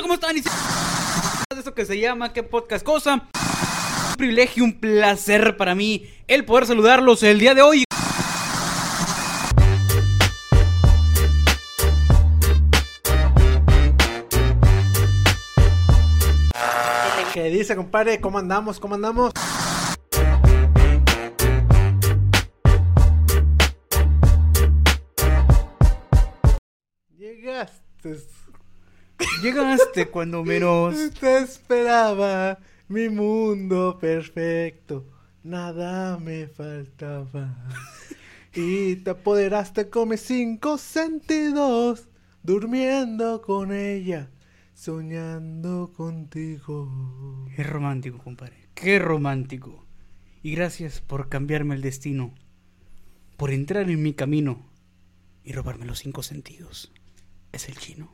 ¿Cómo están? Esto que se llama ¿Qué podcast cosa? Un privilegio, un placer para mí el poder saludarlos el día de hoy. ¿Qué dice, compadre? ¿Cómo andamos? ¿Cómo andamos? Llegaste cuando menos te esperaba, mi mundo perfecto, nada me faltaba. Y te apoderaste con mis 5 sentidos, durmiendo con ella, soñando contigo. Qué romántico, compadre. Qué romántico. Y gracias por cambiarme el destino, por entrar en mi camino y robarme los 5 sentidos. Es el chino.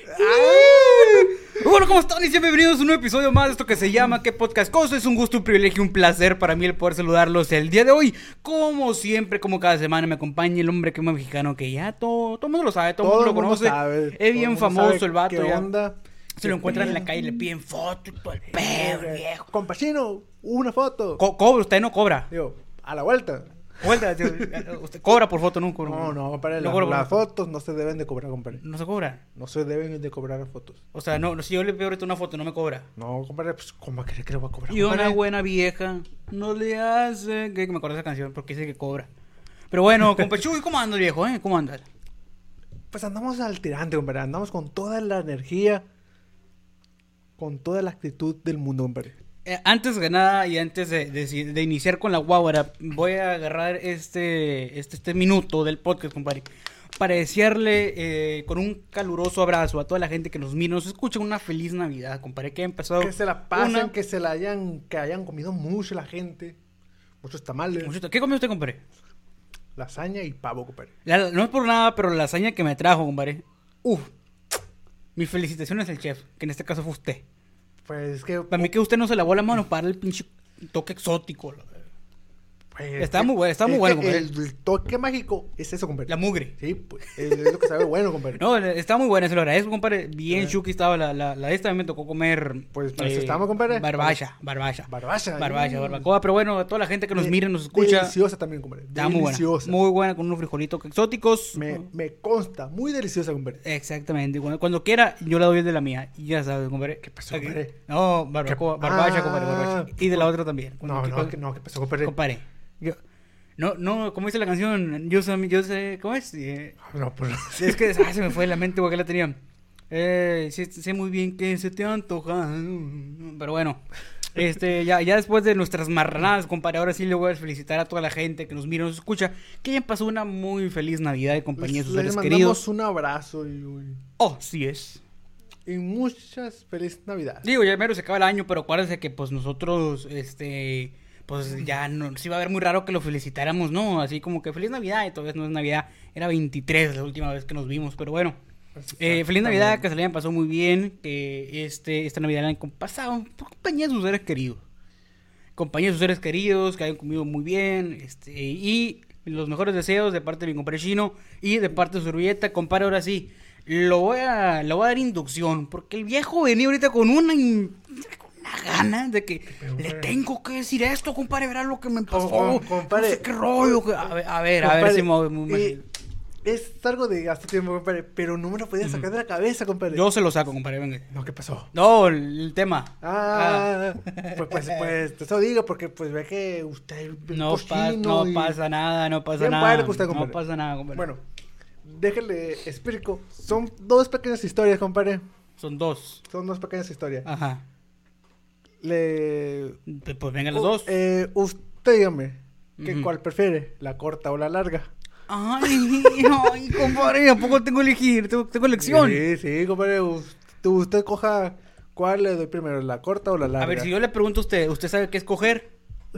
Bueno, ¿cómo están? Y siempre bienvenidos a un nuevo episodio más de esto que se llama ¿Qué podcast cosa? Es un gusto, un privilegio, un placer para mí el poder saludarlos el día de hoy. Como siempre, como cada semana me acompaña el hombre que es mexicano que ya todo el mundo lo sabe, todo el mundo lo conoce. Es bien famoso el vato. ¿Qué ya. onda? Se lo encuentran en la calle y le piden foto y todo el pedo, viejo. Compachino, una foto. Cobra, usted no cobra. Digo, a la vuelta. Vuelta, usted cobra por foto, no. No, compadre, No cobro por las foto. fotos no se deben de cobrar, compadre. No se cobra. No se deben de cobrar fotos. O sea, no, si yo le pido ahorita una foto, no me cobra. No, compadre, pues, ¿cómo va a querer que le va a cobrar, Y una compadre? buena vieja no le hace... Que me acuerdo de esa canción porque dice que cobra. Pero bueno, compa Chuy, ¿cómo anda el viejo, ¿Cómo anda? Pues andamos al tirante, compadre. Andamos con toda la energía, con toda la actitud del mundo, compadre. Antes de nada y antes de iniciar con la guaguara, voy a agarrar este minuto del podcast, compadre, para desearle con un caluroso abrazo a toda la gente que nos mira, nos escucha, una feliz Navidad, compadre, que ha empezado... Que se la pasen, que hayan comido mucho la gente, muchos tamales, ¿Qué comió usted, compadre? lasaña y pavo, compadre. No es por nada, pero la lasaña que me trajo, compadre, mis felicitaciones al chef, que en este caso fue usted. Pues que... Para mí que usted no se lavó la mano para el pinche toque exótico. Pues, Está muy bueno, compadre. El toque mágico es eso, compadre. La mugre. Sí, pues, es lo que sabe bueno, compadre. No, está muy buena, se lo agradezco, compadre. Bien chuki estaba la esta, me tocó comer... Pues para eso estamos, compadre. Barbacha. Barbacoa, pero bueno, a toda la gente que nos mira, nos escucha... Deliciosa también, compadre. Está muy buena. Deliciosa. Muy buena, con unos frijolitos exóticos. Me consta, muy deliciosa, compadre. Exactamente. Cuando quiera, yo le doy de la mía. Y ya sabes, compadre. ¿Qué pasó, compadre? No, barbacoa, barbacha, compadre, barbacha. Y de la otra también. ¿Qué pasó, compadre? Compadre, No, ¿cómo dice la canción? Yo sé, ¿cómo es? No, pues... Es que se me fue de la mente, porque la tenía. Sé muy bien que se te antoja. Pero bueno, ya después de nuestras marranadas, compadre, ahora sí le voy a felicitar a toda la gente que nos mira y nos escucha. Que hayan pasado una muy feliz Navidad de compañía de sus seres queridos. Les mandamos un abrazo Sí es. y muchas feliz Navidad. Digo, ya mero se acaba el año, pero acuérdense que pues nosotros, pues ya no, se iba a ver muy raro que lo felicitáramos, ¿no? Así como que feliz Navidad, y todavía no es Navidad, era 23 la última vez que nos vimos, pero bueno. Feliz Navidad, que se le hayan pasado muy bien, que esta Navidad la hayan pasado por compañía de sus seres queridos. Compañía de sus seres queridos, que hayan comido muy bien, y los mejores deseos de parte de mi compadre Chino y de parte de su servilleta, compadre, ahora sí. Le voy a dar inducción, porque el viejo venía ahorita con una gana de que le tengo que decir esto, compadre, verá lo que me pasó, compadre, no sé qué rollo, a ver si me... es algo de hace tiempo, compadre, pero no me lo podía sacar de la cabeza, compadre. Yo se lo saco, compadre, venga. No, ¿qué pasó? No, el tema. Pues eso digo, porque pues ve que usted no pasa nada, no pasa nada, compadre. Bueno, déjale explico. Son 2 pequeñas historias, compadre. Son 2 pequeñas historias. Ajá. Pues venga las 2. Usted dígame, ¿cuál prefiere? ¿La corta o la larga? Ay, compadre, ¿a poco tengo que elegir? ¿Tengo elección? Sí, compadre, usted coja, ¿cuál le doy primero? ¿La corta o la larga? A ver, si yo le pregunto a ¿usted sabe qué escoger?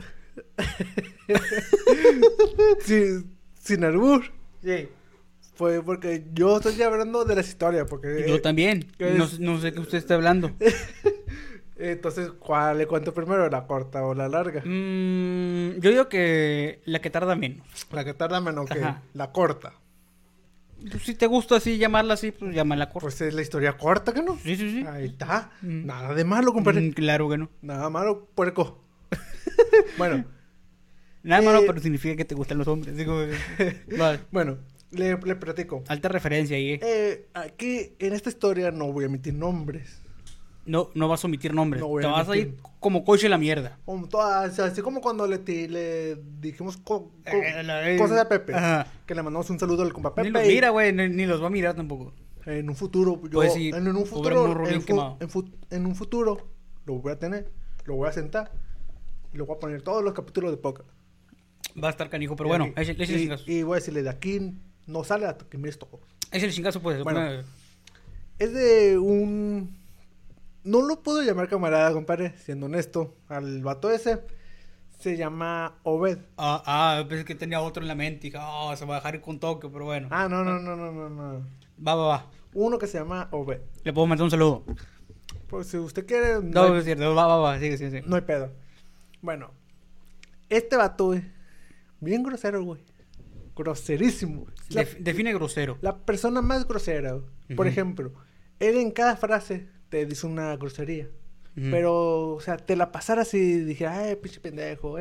Sin albur. Sí. Pues porque yo estoy hablando de las historias, porque... Yo también, no sé qué usted está hablando. Entonces, ¿cuál le cuento primero? ¿La corta o la larga? Yo digo que la que tarda menos. La que tarda menos que Ajá. la corta. Pues, si te gusta así llamarla así, pues llámala corta. Pues es la historia corta, ¿que no? Sí, sí, sí. Ahí está. Nada de malo, compadre. Claro que no. Nada malo, puerco. Bueno. Nada malo, pero significa que te gustan los hombres. Digo, vale. Bueno, le platico. Alta referencia ahí, Aquí, en esta historia, no voy a emitir nombres. No vas a omitir nombres. No voy Te a vas a ir omitir. como coche la mierda. Como todas, o sea, así como cuando le dijimos cosas a Pepe. Ajá. Que le mandamos un saludo al compa Pepe. Ni los mira, güey, ni los va a mirar tampoco. En un futuro, yo, Pues sí, en un pobre futuro, morro bien quemado. en un futuro, lo voy a tener, lo voy a sentar y lo voy a poner todos los capítulos de podcast. Va a estar canijo, pero bueno, y, échale el chingazo. y voy a decirle, de aquí no sale hasta que mires todo. Échale el chingazo, pues. Bueno. Es de un... No lo puedo llamar camarada, compadre, siendo honesto. Al vato ese se llama Obed. Pensé que tenía otro en la mente. Y dije, se va a dejar ir con toque, pero bueno. No. Va. Uno que se llama Obed. Le puedo mandar un saludo. Pues si usted quiere... No, es cierto. Va. Sigue. No hay pedo. Bueno. Este vato, güey. Bien grosero, güey. Groserísimo. Define grosero. La persona más grosera, güey. Por ejemplo, él en cada frase te dice una grosería. Pero, o sea, te la pasara así, dije, pinche pendejo,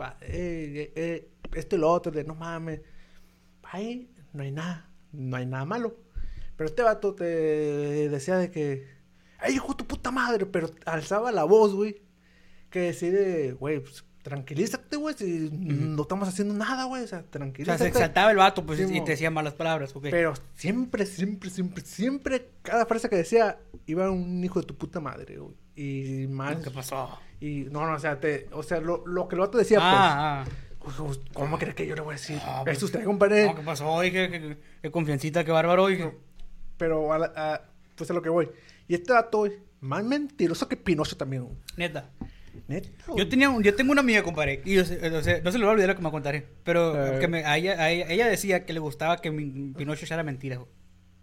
esto y lo otro, de no mames. Ahí no hay nada malo. Pero este vato te decía de que, hijo de tu puta madre, pero alzaba la voz, güey. Que decide, güey, pues, tranquilízate, güey, si no estamos haciendo nada, güey, o sea, O tranquilízate. sea, se exaltaba el vato, pues, Sí, y te decía malas palabras, ¿ok? Pero siempre, cada frase que decía, iba un hijo de tu puta madre, güey. Y más... ¿Qué pasó? Y no, o sea, lo que el vato decía, pues... ¿Cómo crees que yo le voy a decir? Pues, Es usted, compadre. No, ¿qué pasó? Oye, qué confiancita, qué bárbaro, oye. Pero, pues a lo que voy. Y este vato, güey, más mentiroso que Pinocho también, güey. Neta. Neta, Yo tengo una amiga, compadre, y o sea, no se le va a olvidar lo que me contaré, pero que ella decía que le gustaba que Pinocho echara mentiras, güey.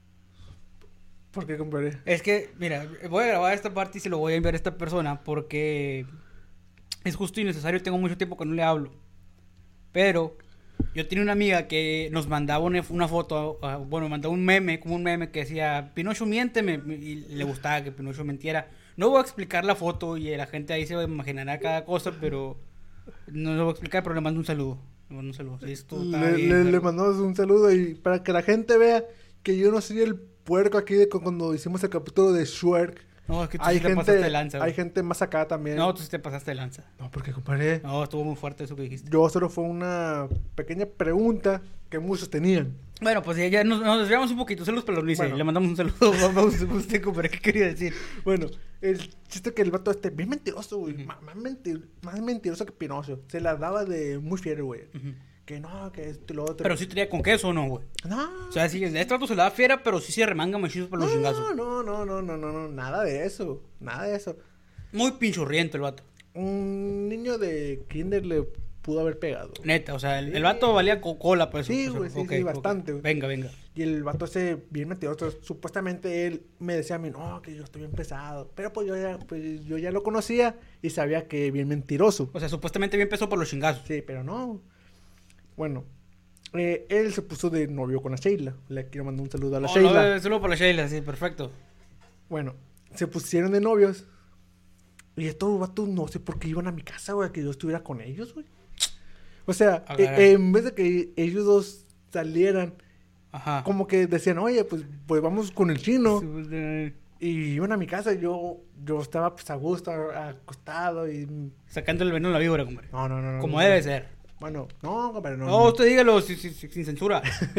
¿Por qué, compadre? Es que, mira, voy a grabar esta parte y se lo voy a enviar a esta persona porque es justo y necesario, tengo mucho tiempo que no le hablo. Pero yo tenía una amiga que nos mandaba una foto, mandaba un meme, como un meme que decía, Pinocho miénteme, y le gustaba que Pinocho mintiera. No voy a explicar la foto y la gente ahí se imaginará cada cosa, pero no lo voy a explicar, pero le mando un saludo. Sí, esto está bien, Le mandamos un saludo y para que la gente vea que yo no soy el puerco aquí de cuando hicimos el capítulo de Shrek. No, es que tú sí te pasaste de lanza, güey. Hay gente más acá también. No, tú sí te pasaste de lanza. No, porque, compadre, No, estuvo muy fuerte eso que dijiste. yo solo fue una pequeña pregunta que muchos tenían. Bueno, pues ya nos desviamos un poquito. Saludos para Luis. Bueno. Le mandamos un saludo. Vamos, usted, compadre, ¿qué quería decir? Bueno, el chiste que el vato bien mentiroso, güey. Más mentiroso que Pinocho. Se la daba de muy fiero, güey. Que no, que esto y lo otro. Pero sí tenía con queso o no, güey. No. O sea, sí, este rato se la da fiera, pero sí se remanga machizos para los chingazos. No, nada de eso. Muy pinchurriento el vato. Un niño de kinder le pudo haber pegado. Neta, o sea, el vato valía cola, pues. Sí, pues, güey, sí, ok. bastante, güey. Venga. Y el vato ese bien mentiroso, supuestamente él me decía a mí, no, que yo estoy bien pesado. Pero pues yo ya lo conocía y sabía que bien mentiroso. O sea, supuestamente bien empezó por los chingazos. Sí, pero no. Bueno, él se puso de novio con la Sheila. Le quiero mandar un saludo a la Sheila. Saludo para la Sheila, sí, perfecto. Bueno, se pusieron de novios. Y estos vatos no sé por qué iban a mi casa, güey, que yo estuviera con ellos, güey. O sea, en vez de que ellos dos salieran, Ajá. como que decían, oye, pues vamos con el chino. Sí, pues, Y iban a mi casa y yo estaba pues a gusto, acostado y... sacando el veneno a la víbora, compadre. No. Como debe ser. Bueno, no, compadre, no. No, usted dígalo sin censura.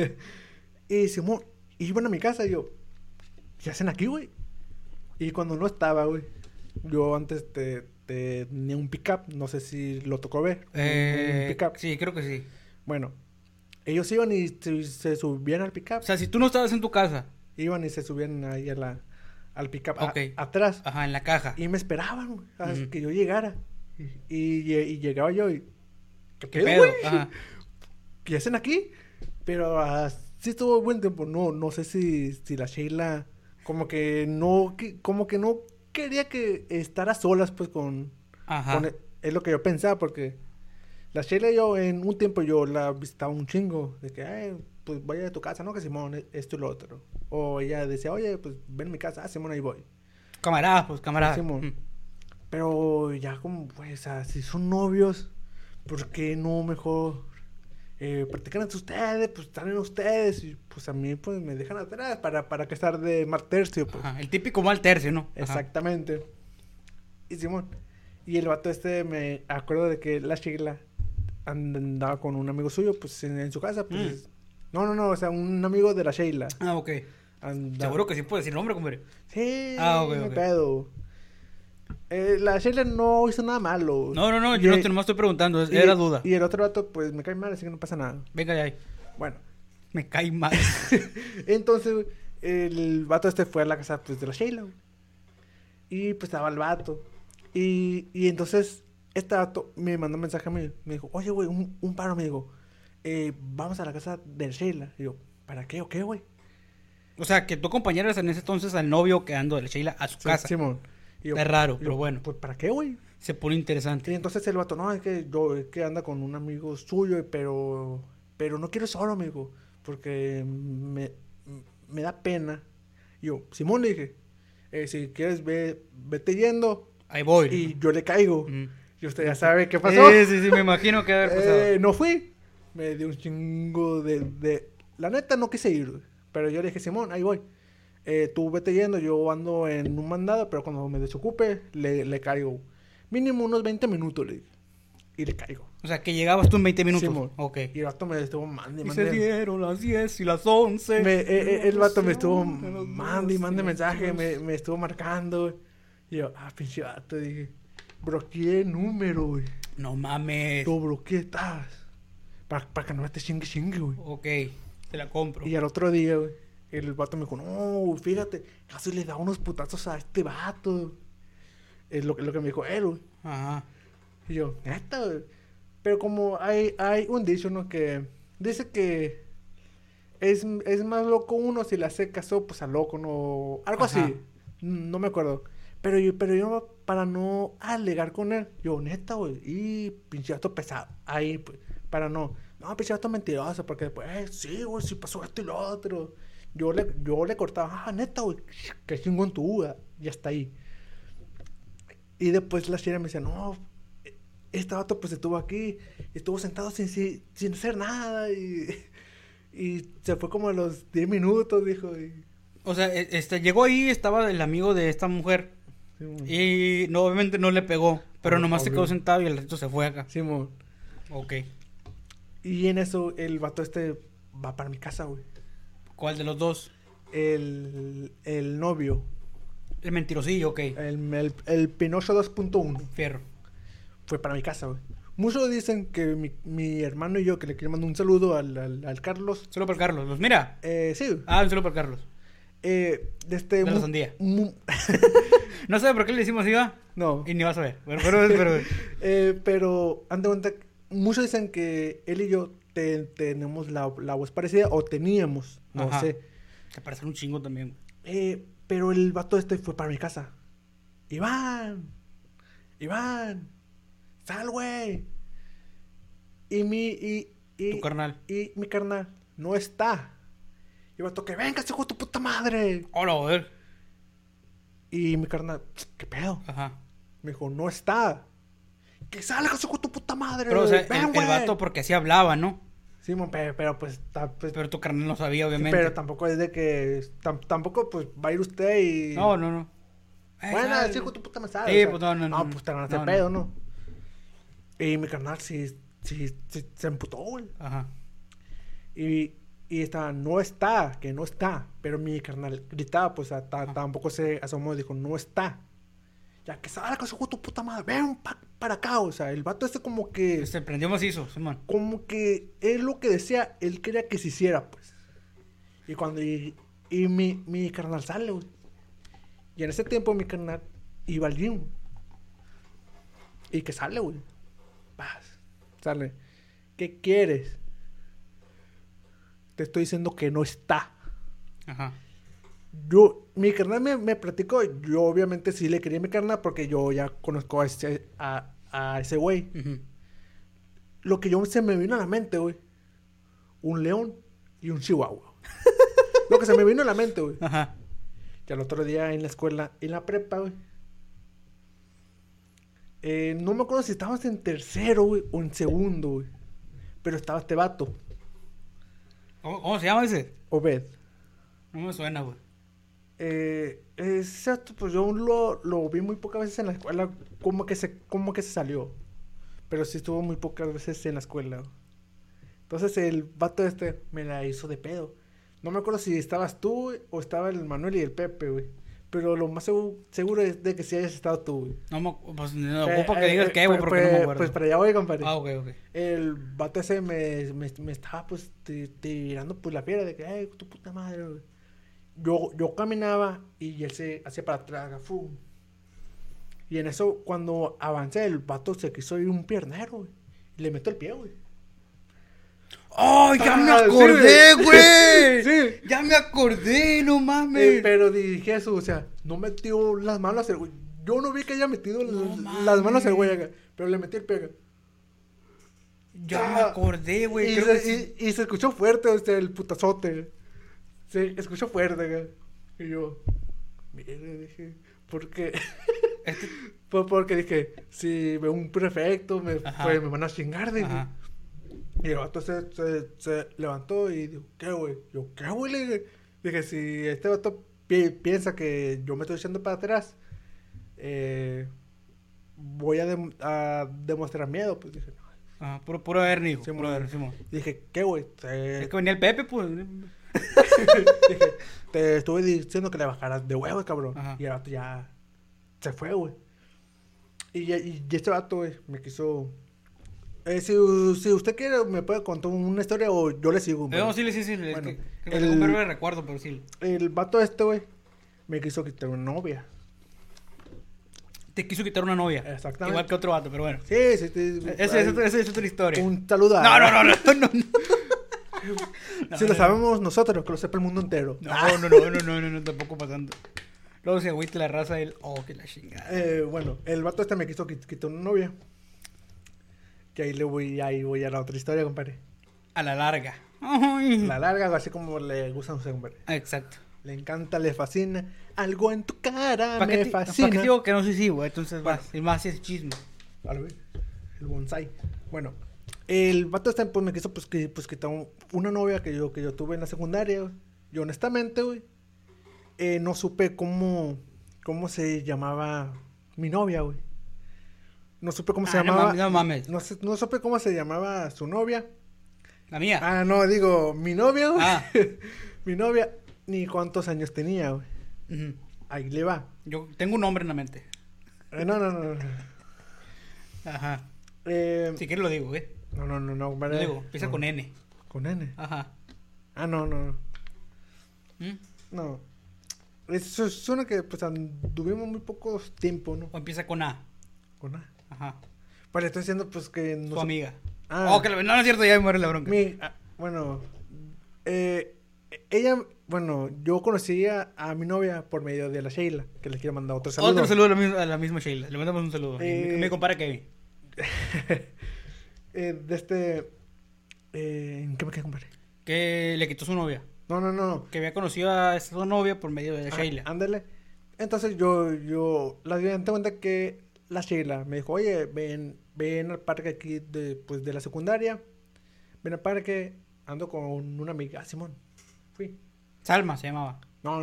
Y Simón, iban a mi casa y yo, ¿qué hacen aquí, güey? Y cuando no estaba, güey, yo antes tenía un pick-up, no sé si lo tocó ver. Un pick-up. Sí, creo que sí. Bueno, ellos iban y se subían al pick-up. O sea, si tú no estabas en tu casa. Iban y se subían ahí al pick-up Ok. atrás. Ajá, en la caja. Y me esperaban, güey, hasta que yo llegara. Y llegaba yo y... ¿Qué pedo? güey? Ajá. ¿Qué hacen aquí? Pero sí estuvo buen tiempo. No sé si la Sheila como que no quería que estar a solas pues con Ajá. es lo que yo pensaba porque la Sheila yo en un tiempo yo la visitaba un chingo de que pues vaya a tu casa, ¿no? Que Simón, esto y lo otro. O ella decía, oye, pues ven a mi casa. Ah, Simón, ahí voy. Camarada, pues camarada. Simón. Pero ya como, pues, o sea, si son novios, ¿por qué no mejor practican entre ustedes? Pues están en ustedes y pues a mí pues me dejan atrás para que estar de mal tercio, pues. Ajá, el típico mal tercio, ¿no? Ajá. Exactamente. Y Simón. Y el vato me acuerdo de que la Sheila andaba con un amigo suyo, pues en su casa, pues. No, o sea, un amigo de la Sheila. Ah, ok. Seguro que sí puede decir nombre, compadre. Sí, ok. no pedo. La Sheila no hizo nada malo. No, yo nomás estoy preguntando, era duda. Y el otro vato, pues me cae mal, así que no pasa nada. Venga de ahí. Bueno. Me cae mal. Entonces, el vato fue a la casa, pues, de la Sheila, güey. Y pues estaba el vato. Y entonces, este vato me mandó un mensaje a mí. Me dijo, oye, güey, un paro, me dijo. Vamos a la casa de Sheila. Y yo, ¿para qué o qué, güey? O sea, que tú acompañaras en ese entonces al novio quedando de la Sheila a su casa. Simón. Yo, es raro, pero bueno. Pues, ¿para qué, güey? Se pone interesante. Y entonces el vato, no, es que anda con un amigo suyo, pero no quiero solo, amigo, porque me da pena. Y yo, Simón, le dije, si quieres, vete yendo. Ahí voy. Y yo le caigo. Y usted ya sabe qué pasó. Sí, me imagino que haber pasado. No fui. Me dio un chingo de... La neta, no quise ir, pero yo le dije, Simón, ahí voy. Tú vete yendo, yo ando en un mandado, pero cuando me desocupe, le caigo. Mínimo unos 20 minutos, le dije. Y le caigo. O sea, que llegabas tú en 20 minutos. Simón. Ok. Y el vato me estuvo mande. Y se dieron las 10 y las 11. El vato me estuvo mande mensaje, me estuvo marcando. Y yo, pinche vato, dije, bloqueé el número, güey. No mames. Lo bloqueé, estás. Para que no me te chingue, güey. Ok, te la compro. Y al otro día, güey, el vato me dijo, no, fíjate, casi le da unos putazos a este vato. Es lo que me dijo él, güey. Ajá. Y yo, neta, güey. Pero como hay un dicho, ¿no? Que dice que es más loco uno si le hace caso, pues a loco, ¿no? Algo Ajá. así. No me acuerdo. Pero yo, para no alegar con él, yo, neta, güey, y pinche vato pesado. Ahí, pues, para no, pinche vato mentiroso, porque después, sí, güey, sí pasó esto y lo otro. Yo le cortaba, neta, güey, que chingón tu, y hasta ahí. Y después la chera me decía, no, este vato pues estuvo aquí, estuvo sentado sin hacer nada, y se fue como a los 10 minutos, dijo. O sea, llegó ahí, estaba el amigo de esta mujer. Sí, y no, obviamente no le pegó, pero nomás se quedó sentado y el resto se fue acá. Simón. Ok. Y en eso el vato va para mi casa, güey. ¿Cuál de los dos? El novio. El mentirosillo, ok. El Pinocho 2.1. Fierro. Fue para mi casa, güey. Muchos dicen que mi hermano y yo, que le quiero mandar un saludo al Carlos. Solo para Carlos, ¿los mira? Sí. Un saludo para Carlos. De la sandía. No sé por qué le decimos iba. No. Y ni vas a ver. Pero pero ande cuenta, muchos dicen que él y yo tenemos la voz parecida, o teníamos, no sé. Te parece un chingo también. Pero el vato fue para mi casa. Iván, sal, güey. Tu carnal. Y mi carnal no está. Y el vato, que venga, hijo de tu puta madre. Hola, a ver. Y mi carnal, ¿qué pedo? Ajá. Me dijo, no está. Que salga, hijo de tu puta madre. Pero, o sea, el vato porque así hablaba, ¿no? Sí, pero pues... Pero tu carnal no sabía, obviamente. Pero tampoco es de que... Tampoco, pues, va a ir usted y... No. Bueno, sí, hijo de tu puta me sabe. Sí, o sea, pues no. No, pues te van a hacer pedo, ¿no? Y mi carnal sí se emputó, güey. Ajá. Y estaba, no está. Pero mi carnal gritaba, pues tampoco se asomó y dijo, no está. Ya que salga, hijo de tu puta madre, ven para acá, o sea, el vato como que... Se prendió macizo, Simón. Como que él lo que decía, él quería que se hiciera, pues. Y cuando... Y mi carnal sale, güey. Y en ese tiempo mi carnal iba al gym. Y que sale, güey. Paz. Sale. ¿Qué quieres? Te estoy diciendo que no está. Ajá. Mi carnal me platicó. Yo obviamente sí le quería a mi carnal porque yo ya conozco a ese güey. Uh-huh. Lo que se me vino a la mente, güey. Un león y un chihuahua. Lo que se me vino a la mente, güey. Ajá. Y al otro día en la escuela, en la prepa, güey. No me acuerdo si estabas en tercero, güey, o en segundo, güey. Pero estaba este vato, ¿Cómo se llama ese? Obed. No me suena, güey. Exacto, pues yo lo vi muy pocas veces en la escuela, como que se salió. Pero sí estuvo muy pocas veces en la escuela, güey. Entonces el vato me la hizo de pedo. No me acuerdo si estabas tú, güey, o estaba el Manuel y el Pepe, güey. Pero lo más seguro es de que sí hayas estado tú, güey. Pues no ocupo que digas que, güey, porque no me acuerdo. Pues para allá voy, compadre. Ah, ok. El vato ese me estaba, pues, tirando, pues, la fiera de que, ay, tu puta madre, güey. Yo caminaba y él se hacía para atrás, ¡fum! Y en eso, cuando avancé, el vato se quiso ir un piernero, güey. Y le meto el pie, güey. ¡Oh, ya me acordé, sí, güey! Sí. Ya me acordé, no mames. Pero dije eso, o sea, no metió las manos el güey. Yo no vi que haya metido las manos el güey acá, pero le metí el pie acá. Ya me acordé, güey. Y se escuchó fuerte, el putazote. Se escuchó fuerte acá. Y yo, mire, dije, ¿por qué? Porque dije, si veo un prefecto, me van a chingar, dije. Ajá. Y el vato se levantó y dijo, ¿qué, güey? Yo, ¿qué, güey? Le dije, si este vato piensa que yo me estoy echando para atrás, voy a demostrar miedo. Pues dije, no. Ajá, puro Ernie, hijo. Sí, Puro Ernie, Simón. Dije, ¿qué, güey? Es que venía el Pepe, pues. Dije, te estuve diciendo que le bajaras de huevos, cabrón. Ajá. Y el vato ya se fue, güey. Y este vato, güey, me quiso... si usted quiere, me puede contar una historia o yo le sigo. No, sí. Bueno, es que un breve recuerdo, pero sí. El vato güey, me quiso quitar una novia. Te quiso quitar una novia. Exactamente. Igual que otro vato, pero bueno. Sí. Esa es otra historia. Un saludo No. Si lo sabemos nosotros, que lo sepa el mundo entero. No, tampoco pasando. Luego se agüita la raza del... Oh, que la chingada. Bueno, el vato me quiso quitar una novia. Que ahí voy a la otra historia, compadre. A la larga. Ay. La larga, así como le gusta a usted, compadre. Exacto. Le encanta, le fascina. Algo en tu cara ¿Para me fascina. ¿Para qué digo que no sé si, güey? Entonces Bueno. vas. Y más es chisme. Vale, güey. El bonsai. Bueno, el vato pues me quiso quitar una novia que yo tuve en la secundaria, güey. Yo honestamente, güey, no supe cómo se llamaba mi novia, güey. No supe cómo se llamaba. No mames. No supe cómo se llamaba su novia. La mía. No, digo, mi novia, güey. Ah. Mi novia, ni cuántos años tenía, güey. Ujú. Ahí le va. Yo tengo un nombre en la mente. No. Ajá. Si quieres lo digo, güey. No, vale. Lo digo. Empieza con N. ¿Con N? Ajá. No. ¿Mm? No. Eso suena que pues anduvimos muy poco tiempo, ¿no? O empieza con A. Con A. Ajá. Vale, estoy diciendo pues que Su amiga. Ah. No es cierto, ya me muere la bronca. Bueno, ella, bueno, yo conocí a mi novia por medio de la Sheila, que le quiero mandar otro saludo. Otro saludo a la misma Sheila. Le mandamos un saludo. Mi compadre Kevin. ¿En qué me quedé, compadre? Que le quitó su novia. No. Que había conocido a su novia por medio de la Sheila. Ándale. Entonces yo la di cuenta que la Sheila me dijo, oye, ven al parque aquí de la secundaria. Ven al parque, ando con una amiga. Simón. Fui. Salma se llamaba. No.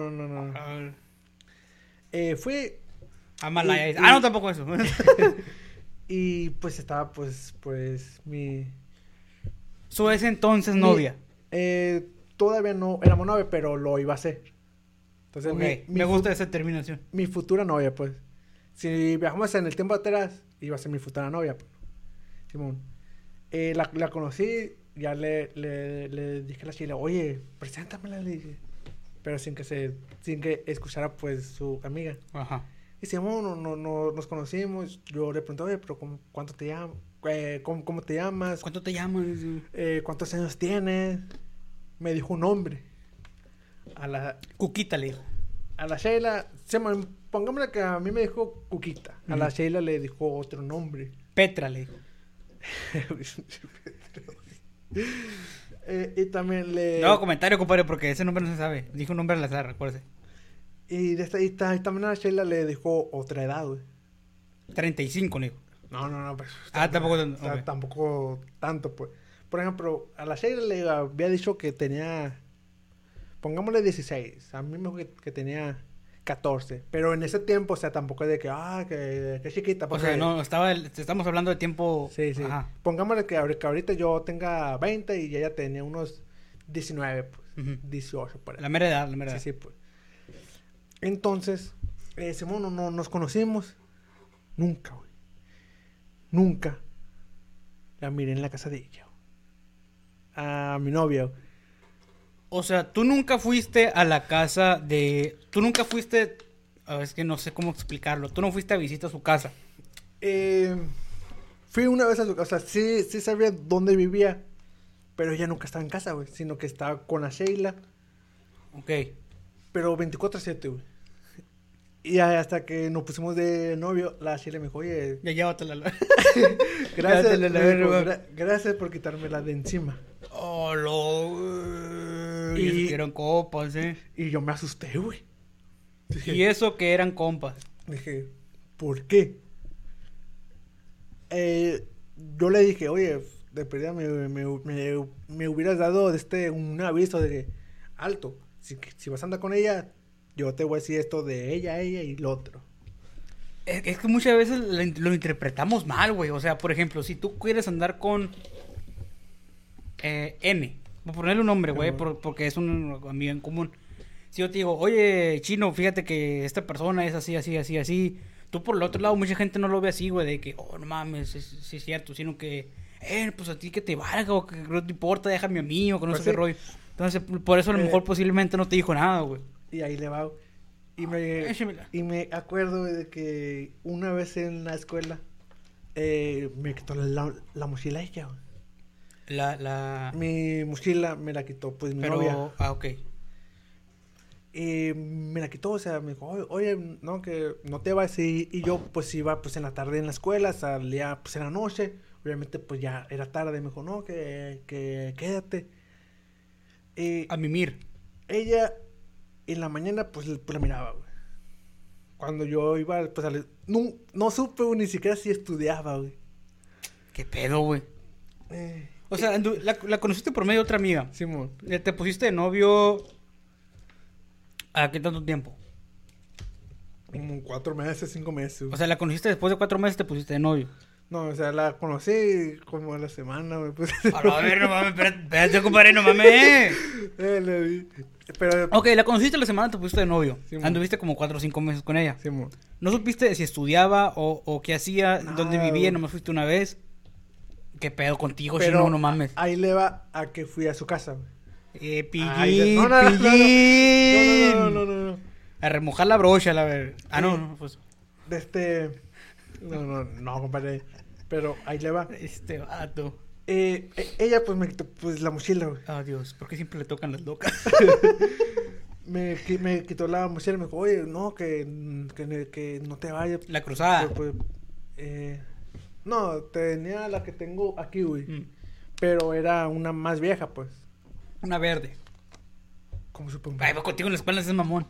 Fui. Amalaya. No, tampoco eso. Y pues estaba pues mi... Su ese entonces novia. Todavía no éramos novia, pero lo iba a hacer. Entonces, Okay. Me gusta esa terminación. Mi futura novia, pues. Si viajamos en el tiempo atrás, iba a ser mi futura novia, pues. Simón. La conocí, ya le dije a la Sheila, oye, preséntamela, le dije. Pero sin que escuchara, pues, su amiga. Ajá. Y Simón, no, nos conocimos. Yo le pregunté, oye, pero ¿cuánto te llamas? ¿Cómo te llamas? ¿Cuánto te llamas? ¿Cuántos años tienes? Me dijo un nombre. Cuquita le dijo. A la Sheila, pongámosle que a mí me dijo Cuquita. A la Sheila le dijo otro nombre. Petra le dijo. Y también le... No, comentario, compadre, porque ese nombre no se sabe. Dijo un nombre al azar, recuérdese. Y también a Sheila le dijo otra edad, güey. 35, le digo. No, pues... Tampoco tanto. Ok. Tampoco tanto, pues. Por ejemplo, a la Sheila le había dicho que tenía... Pongámosle 16. A mí me dijo que tenía 14. Pero en ese tiempo, o sea, tampoco es de que chiquita. O sea, no, estamos hablando de tiempo... Sí. Ajá. Pongámosle que ahorita yo tenga 20 y ella tenía unos 19, pues. 18, por ahí. La mera edad, la mera edad. Sí, pues. Entonces, Simón, no nos conocimos. Nunca, güey. Nunca la miré en la casa de ella. A mi novia, güey. O sea, tú nunca fuiste a la casa de... Tú nunca fuiste... A ver, es que no sé cómo explicarlo. Tú no fuiste a visitar su casa. Fui una vez a su casa. Sí sabía dónde vivía. Pero ella nunca estaba en casa, güey. Sino que estaba con la Sheila. Ok. Pero 24/7, güey. Y hasta que nos pusimos de novio, la Sheila me dijo, oye... Ya llévatela. Gracias, Llévatela, me dijo, verga. gracias por quitármela de encima. Oh, lo... Y eso que eran compas, Y yo me asusté, güey. Dije, Y eso que eran compas. Dije, ¿por qué? Yo le dije, oye, de perdida me hubieras dado un aviso de que, alto, si vas a andar con ella, yo te voy a decir esto de ella y lo otro. Es que muchas veces lo interpretamos mal, güey. O sea, por ejemplo, si tú quieres andar con N, voy a ponerle un nombre, güey, porque es un amigo en común. Si yo te digo, oye, Chino, fíjate que esta persona es así, así, así, así. Tú por el otro lado, mucha gente no lo ve así, güey, de que, oh, no mames, sí es cierto, sino que, pues a ti que te valga, o que no te importa, déjame a mí, o que no sé qué rollo. Entonces, por eso a lo mejor posiblemente no te dijo nada, güey. Y ahí le va, y me acuerdo de que una vez en la escuela, me quitó la mochila ella, güey. Mi mochila me la quitó, pues, mi novia. Ok. Y me la quitó, o sea, me dijo, oye, no, que no te vas. Y yo, pues, iba, pues, en la tarde en la escuela, salía, pues, en la noche. Obviamente, pues, ya era tarde. Me dijo, no, que quédate. A mimir. Ella, en la mañana, pues la miraba, güey. Cuando yo iba, pues, no supe ni siquiera si estudiaba, güey. ¿Qué pedo, güey? O sea, la conociste por medio de otra amiga. Simón. Te pusiste de novio... ¿A qué tanto tiempo? Como 4 meses, 5 meses. O sea, la conociste después de 4 meses, te pusiste de novio. No, o sea, la conocí como a la semana, me puse. A ver, no mames, espérate, compadre, no mames. Pero... Ok, la conociste la semana, te pusiste de novio. Sí, anduviste como 4 o 5 meses con ella. Sí, ¿No supiste si estudiaba o qué hacía, no, dónde vivía, nomás fuiste una vez? ¿Qué pedo contigo, pero Chino? No mames. Ahí le va a que fui a su casa, güey. Pillín, no. A remojar la brocha, la verdad. No, pues. No, compadre. Pero ahí le va. Este vato. Ella, pues, me quitó, pues, la mochila, güey. Oh, Dios, ¿por qué siempre le tocan las locas? me quitó la mochila y me dijo, oye, no, que no te vayas. La cruzada. No, tenía la que tengo aquí, güey. Pero era una más vieja, pues. Una verde. ¿Cómo supongo? Ay, va contigo en la espalda ese mamón.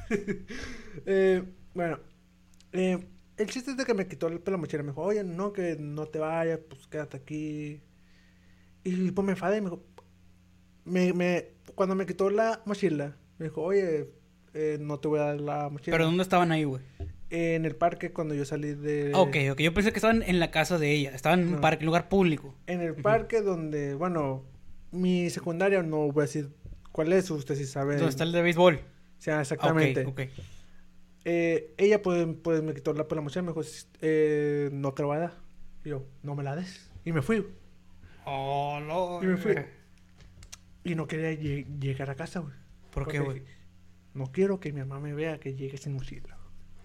Bueno. El chiste es de que me quitó la mochila. Me dijo, oye, no, que no te vayas, pues quédate aquí. Y pues me enfadé y me dijo... Cuando me quitó la mochila, me dijo, oye, no te voy a dar la mochila. ¿Pero dónde estaban ahí, güey? En el parque cuando yo salí de... Ok. Yo pensé que estaban en la casa de ella. Estaban en un parque, en un lugar público. En el parque donde, bueno, mi secundaria, no voy a decir cuál es, usted sí sabe. ¿Dónde está el de béisbol? Sí, exactamente. Ok. Ella pues me quitó la mochila y me dijo, no te la voy a dar. Y yo, no me la des. Y me fui. Oh, no. Y me fui. Y no quería llegar a casa, güey. ¿Por qué, güey? No quiero que mi mamá me vea que llegue sin mochila.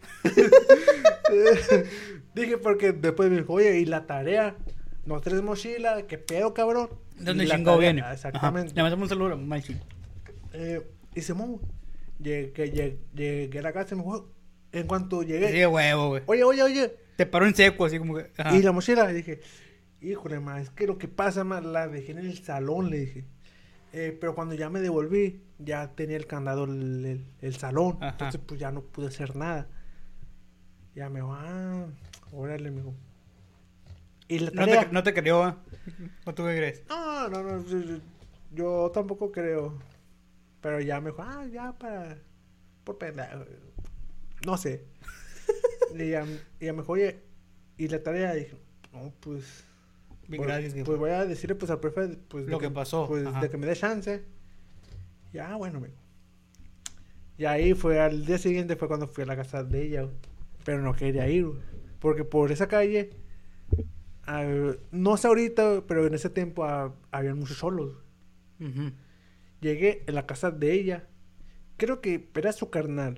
Dije porque después me dijo, oye, ¿y la tarea? ¿No traes mochila? ¿Qué pedo, cabrón? ¿Dónde chingado viene? Exactamente. Le mandamos un saludo, mal chico. Y se movió. Llegué a la casa y me dijo, en cuanto llegué... Sí, huevo, güey. Oye. Te paró en seco, así como que... Y la mochila, le dije, híjole, ma, es que lo que pasa, ma, la dejé en el salón, le dije. Pero cuando ya me devolví, ya tenía el candado el salón. Ajá. Entonces, pues ya no pude hacer nada. Ya me dijo, órale, me dijo. Y la tarea... No te creo, ¿eh? ¿O tú qué crees? No, yo tampoco creo. Pero ya me dijo, ya para... Por pendejo. No sé. y ya me dijo, oye, y la tarea, dije, no, pues... Bien, gracias. Pues voy a decirle pues al profe pues Lo que pasó. Pues Ajá. de que me dé chance. Ya, bueno, amigo. Y ahí fue al día siguiente fue cuando fui a la casa de ella, güey. Pero no quería ir, güey. Porque por esa calle, no sé ahorita, pero en ese tiempo había muchos solos. Ujú. Llegué en la casa de ella. Creo que era su carnal.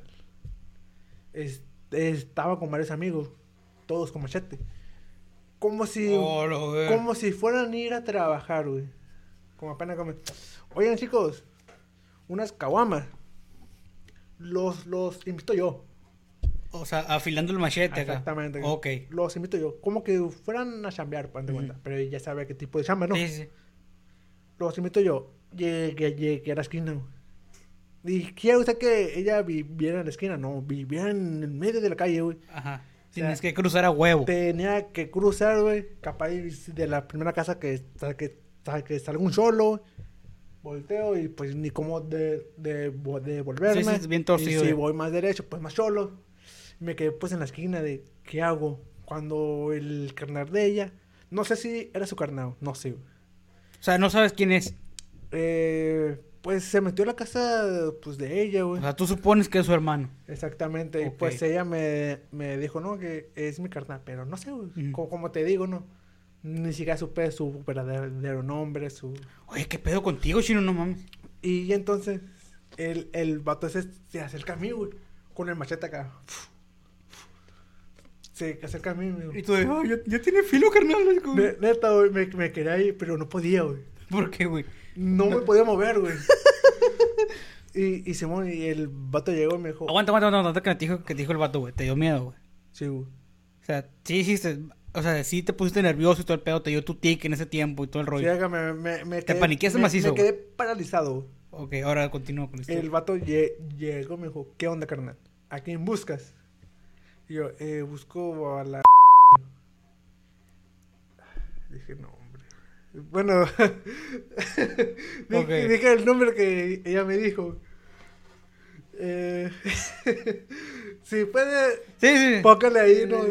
Estaba con varios amigos. Todos con machete. Como si fueran a ir a trabajar, güey. Como apenas comen. Oigan, chicos. Unas caguamas. Los invito yo. O sea, afilando el machete acá. Exactamente. Ok. Los invito yo. Como que fueran a chambear, para cuenta. Pero ella sabe qué tipo de chamba, ¿no? Sí. Los invito yo. Llegué a la esquina, güey. Y quiere usted que ella viviera en la esquina. No, viviera en el medio de la calle, güey. Ajá. Tienes que cruzar a huevo. Tenía que cruzar, güey. Capaz de la primera casa que salga un solo. Volteo y pues ni cómo de volverme. Sí, es bien torcido. Y si voy más derecho, pues más solo. Me quedé pues en la esquina de ¿qué hago? Cuando el carnal de ella, no sé si era su carnal, no sé. O sea, no sabes quién es. Pues se metió a la casa pues de ella, güey. O sea, tú supones que es su hermano. Exactamente. Ok. Y pues ella me dijo, no, que es mi carnal, pero no sé, güey. Como te digo, no. Ni siquiera supe su verdadero nombre, Oye, ¿qué pedo contigo, chino? No mames. Y entonces, el vato ese se acerca a mí, güey. Con el machete acá. Se acerca a mí, güey. Y tú de, ya tiene filo, carnal. Neta, güey, me quedé ahí, pero no podía, güey. ¿Por qué, güey? No me podía mover, güey. y Simón, y el vato llegó y me dijo... Aguanta, que te dijo el vato, güey. Te dio miedo, güey. Sí, güey. O sea, sí hiciste... O sea, sí te pusiste nervioso y todo el pedo. Te dio tu tic en ese tiempo y todo el rollo. Sí, acá me Te paniqueaste macizo, Me quedé paralizado, güey. Ok, ahora continúo con esto. El vato llegó y me dijo, ¿qué onda, carnal? ¿A quién buscas? Y yo, busco a la... Dije, no, hombre. Bueno, dije el nombre que ella me dijo. Si puede, Sí. póngale ahí, ¿no?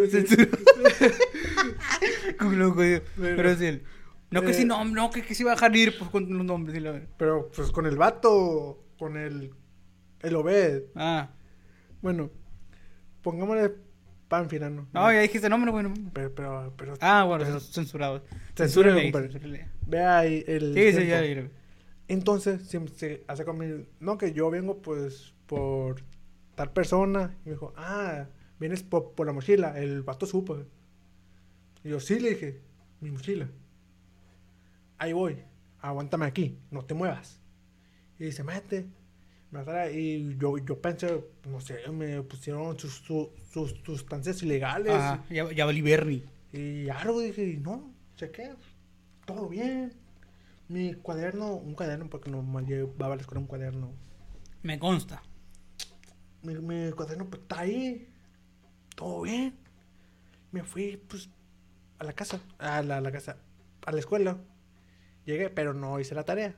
Pero sí. No que sí, no, que sí va a dejar ir pues, con los nombres. Sí, pero pues con el vato, con el Obed. Bueno, pongámosle Panfilano. No, ya dijiste nombre, bueno. Pero Bueno, pero, censurado. Censúrele, compadre. Vea ahí el... Sí, ya. Entonces, se hace conmigo, no, que yo vengo pues por tal persona. Y me dijo, vienes por la mochila. El vato supo. Y yo, sí, le dije, mi mochila. Ahí voy, aguántame aquí, no te muevas. Y se mete, y yo pensé, no sé, me pusieron sus sustancias ilegales. Ya valí Bernie. Y algo dije, no, chequé, todo bien. Mi cuaderno, un cuaderno, porque no llevaba a la escuela un cuaderno. Me consta. Mi cuaderno pues, está ahí, todo bien. Me fui, pues, a la casa, a la escuela. Llegué, pero no hice la tarea.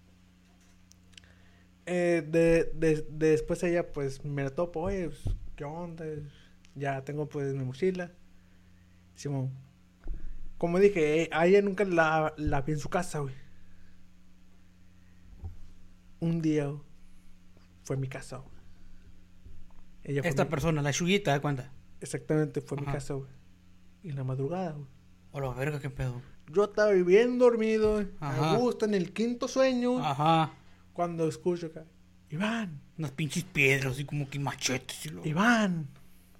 Después ella, pues, me topo, oye, pues, ¿qué onda? Ya tengo, pues, mi mochila. Simón, como dije, a ella nunca la vi en su casa, güey. Un día, fue a mi casa, güey. Esta persona, la Chuyita, ¿de cuenta? Exactamente, fue a mi casa, güey. Y en la madrugada, güey. O la verga, qué pedo. Yo estaba bien dormido, a gusto, en el quinto sueño. Cuando escucho acá, Iván. Unas pinches piedras, así como que machetes. Iván.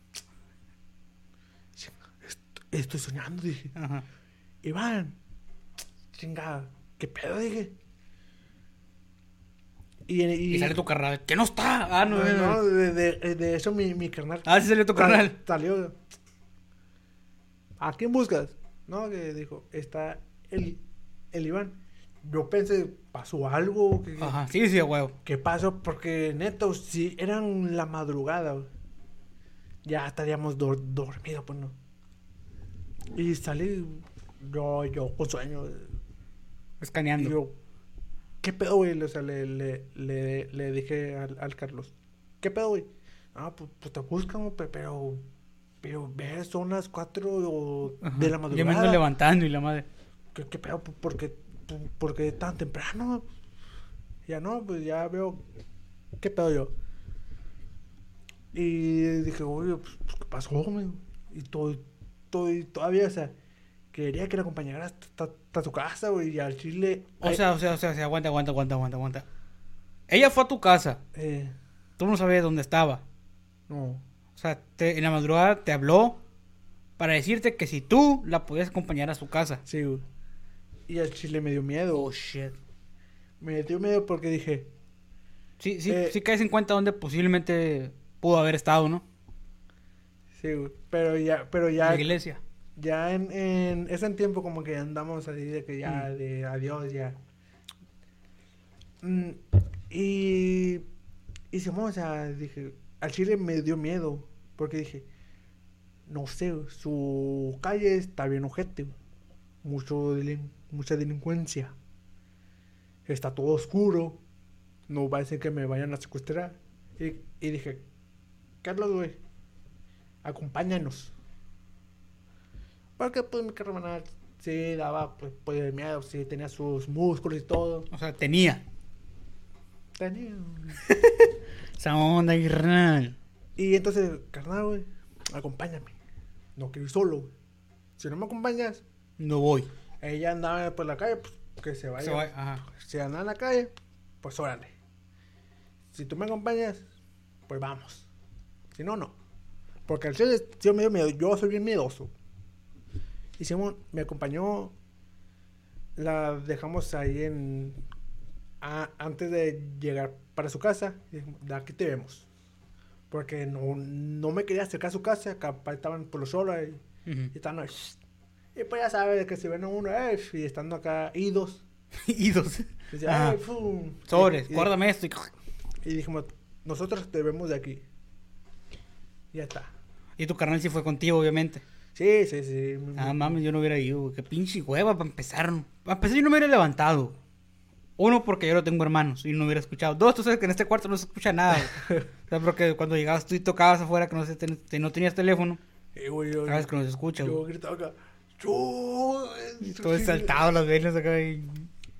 Estoy soñando, dije. Iván. Chingada, ¿qué pedo? Dije. Y sale tu carnal. ¿Qué no está? No. De eso mi carnal. Sí salió tu carnal. Salió. ¿A quién buscas? No, que dijo, está el Iván. yo pensé, ¿pasó algo? Ajá, sí, sí, huevo. ¿Qué pasó? Porque, neto, si eran la madrugada, güey, ya estaríamos dormidos, pues, ¿no? Y salí, yo con sueño, y Escaneando. yo, ¿qué pedo, güey? O sea, le dije al Carlos, ¿qué pedo, güey? Ah, pues te buscan, güey, pero ves, son las 4 Ajá. de la Yo me ando madrugada. levantando y la madre. ¿Qué pedo? ¿Por qué tan temprano? Ya no, pues ya veo, ¿qué pedo yo? Y dije, oye, pues ¿qué pasó, güey? Y todavía, o sea, quería que la acompañara hasta su casa, güey, y al chile... O sea, aguanta. Ella fue a tu casa. Eh, Tú no sabías dónde estaba. no, O sea, en la madrugada te habló para decirte que si tú la podías acompañar a su casa. sí, güey. Y al chile me dio miedo. Oh, shit. Me dio miedo porque dije, Sí Eh, caes en cuenta dónde posiblemente pudo haber estado, ¿no? sí, güey, pero En la iglesia. ya en ese tiempo como que andamos así de que ya, Mm. de adiós, ya. Mm, y hicimos, o sea, dije, al chile me dio miedo, porque dije, no sé, su calle está bien ojete, güey. Mucha delincuencia, está todo oscuro, no va a ser que me vayan a secuestrar. Y dije, Carlos, güey, acompáñanos. Porque pues mi carnal sí daba pues miedo, sí tenía sus músculos y todo. O sea, tenía Tenía. esa onda, carnal. Y entonces, carnal, güey, acompáñame. No quiero ir solo, güey. Si no me acompañas, No voy. ella andaba por la calle, pues que se vaya. Ajá. Si anda en la calle, pues órale. Si tú me acompañas, pues vamos. Si no, no. Porque al chile yo me dio miedo, yo soy bien miedoso. Y Simón me acompañó, la dejamos ahí antes de llegar para su casa, y dijimos, de aquí te vemos. Porque no me quería acercar a su casa, capaz estaban por los solos y Ujú. estaban ahí. Y pues ya sabes que si ven a uno, y estando acá, idos. Idos. Dice, Ajá. fum. Sobres, Y- guárdame esto. Y dijimos, nosotros te vemos de aquí. Y ya está. Y tu carnal sí fue contigo, obviamente. Sí. Ah, mames, yo no hubiera ido, güey. Qué pinche hueva para empezar. Para empezar, yo no me hubiera levantado. Uno, porque yo no tengo hermanos y no hubiera escuchado. Dos, tú sabes que en este cuarto no se escucha nada, güey. O sea, porque cuando llegabas tú y tocabas afuera que no tenías teléfono, Güey, yo, sabes que no se escucha, yo güey. gritaba acá. Yo. Y todo exaltado, las venas acá. Y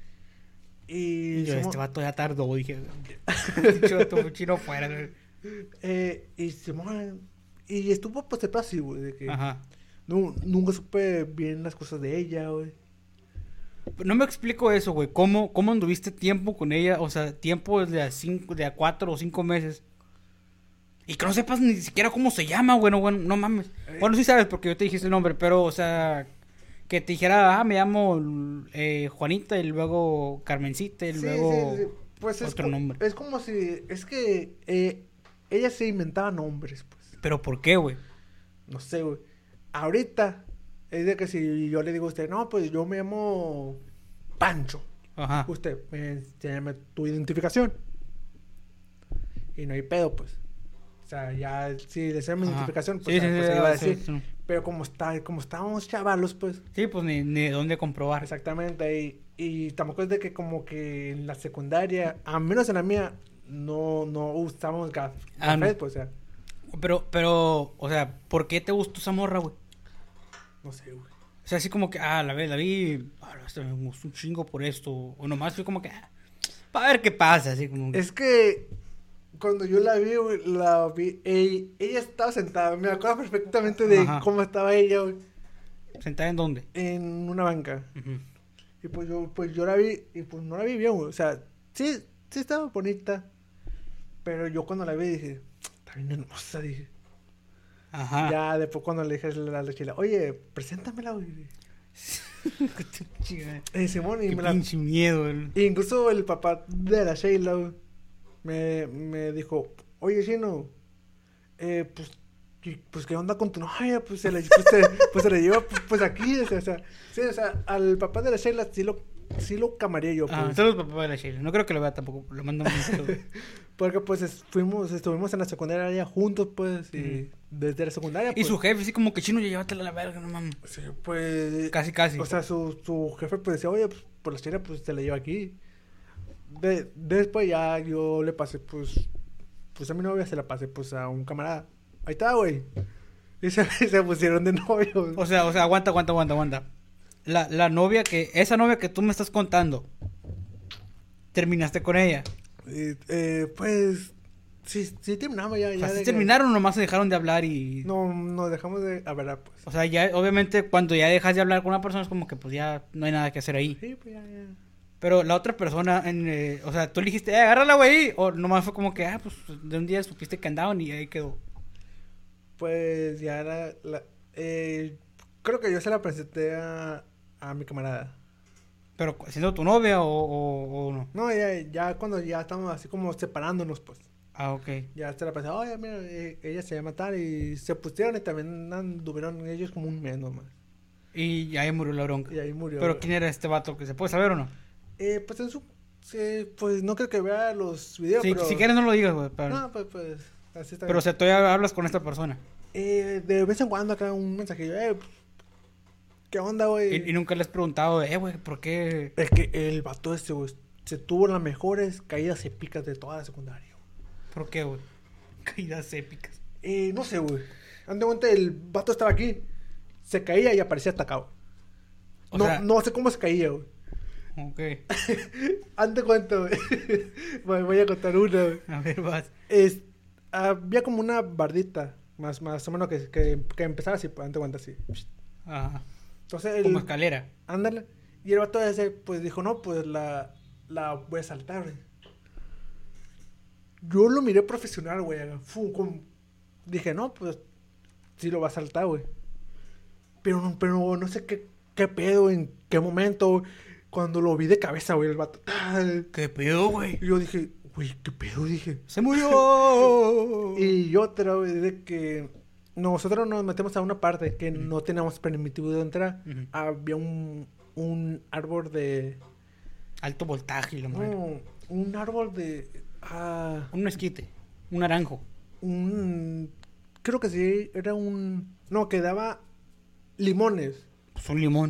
Y yo, Simón- este vato ya tardó, dije. Dicho tu chino fuera, güey. y Simón. Y estuvo pues de así, güey. De que Ajá. nunca supe bien las cosas de ella, güey. No me explico eso, güey. ¿Cómo anduviste tiempo con ella? O sea, tiempo de a 4 o 5 meses. Y que no sepas ni siquiera cómo se llama, güey. No, bueno, no mames. Bueno, sí sabes porque yo te dijiste el nombre, pero, o sea, que te dijera, me llamo Juanita y luego Carmencita y luego Sí. Pues otro nombre. Es como si. Es que ella se inventaba nombres, pues. ¿Pero por qué, güey? No sé, güey. Ahorita es de que si yo le digo a usted, no, pues yo me llamo Pancho. Ajá. Usted me enséñame tu identificación. Y no hay pedo, pues. O sea, ya si le sé mi Ajá. identificación, pues, Sí, pues sí, se iba a sí, decir. sí. Pero como estábamos chavalos, pues. Sí, pues ni de dónde comprobar. Exactamente. Y tampoco es de que como que en la secundaria, a menos en la mía, no usábamos café, no. pues, o sea, Pero, o sea, ¿por qué te gustó esa morra, güey? no sé, güey. O sea, así como que, la vi, hasta me gustó un chingo por esto. O nomás fue como que, para ver qué pasa, así como que... Es que cuando yo la vi, güey, ella estaba sentada, me acuerdo perfectamente de Ajá. cómo estaba ella, güey, ¿Sentada en dónde? en una banca. Ujú. Y pues yo la vi, y pues no la vi bien, güey. O sea, sí estaba bonita. Pero yo cuando la vi dije, está bien hermosa, dije. Ajá. Ya después cuando le dije a la chila, oye, preséntamela, güey. Simón, y Qué me la... pinche miedo, güey. E incluso el papá de la Sheila, güey, me dijo, oye, Chino, pues, ¿qué onda con tu novia? Pues se la lleva, pues aquí, o sea, sí, o sea, al papá de la Sheila sí lo sí lo camaría yo, pues. Saludos papá de la Sheila. No creo que lo vea tampoco. Lo mando un saludo. Porque, pues, estuvimos en la secundaria juntos, pues, y desde la secundaria, Y pues... su jefe, así como que chino, ya llévatela a la verga, no mames. Sí, pues... Casi. O sea, su jefe, pues, decía, oye, pues, por la Sheila, pues, te la llevo aquí. Después ya yo le pasé, pues a mi novia se la pasé, pues, a un camarada. Ahí está, güey. Y se pusieron de novios. O sea, aguanta. Esa novia que tú me estás contando, ¿terminaste con ella? Pues, sí terminamos ya. O sea, ¿sí terminaron o nomás se dejaron de hablar y...? No, nos dejamos de hablar, pues. O sea, ya, obviamente, cuando ya dejas de hablar con una persona es como que, pues, ya no hay nada que hacer ahí. Sí, pues, ya. Pero la otra persona, o sea, tú le dijiste, agárrala, güey, o nomás fue como que, pues, de un día supiste que andaban y ahí quedó. Pues, ya creo que yo se la presenté a mi camarada. ¿Pero siendo tu novia o no? No, ya cuando ya estamos así como separándonos, pues. Ah, ok. Ya se la presenté, oye, mira, ella se llama tal, y se pusieron y también anduvieron ellos como un mes nomás. Y ahí murió la bronca. Y ahí murió. ¿Pero quién era este vato? ¿Que se puede saber o no? Pues en pues no creo que vea los videos, Sí, pero... si quieres no lo digas, güey. Pero... No, pues, así está Pero, o bien. sea, todavía hablas con esta persona. De vez en cuando acá un mensajillo, ¿qué onda, güey? Y nunca le has preguntado, güey, ¿por qué? Es que el vato güey, se tuvo las mejores caídas épicas de toda la secundaria. ¿Por qué, güey? Caídas épicas. No sé, güey. Ande cuenta, el vato estaba aquí, se caía y aparecía atacado. O sea... No sé cómo se caía, güey. Ok. Ande cuenta, güey. Voy a contar una, güey. A ver, vas. Había como una bardita, más o menos que empezaba así, pues, ande cuenta así. Ajá. Entonces, Como escalera. Ándale. Y el vato ese, pues, dijo, no, pues, la voy a saltar, güey. Yo lo miré profesional, güey. Dije, no, pues, sí lo va a saltar, güey. Pero no sé qué pedo, en qué momento, cuando lo vi de cabeza, güey, el vato. ¿Qué pedo, güey? Y yo dije, güey, ¿qué pedo? Dije. ¡Se murió! Y otra, güey, de que nosotros nos metemos a una parte que no teníamos permitido de entrar. Uh-huh. Había un árbol de... Alto voltaje, la madre. No, un árbol de... Un mezquite. Un naranjo. Creo que sí, era no, que daba limones. Pues un limón.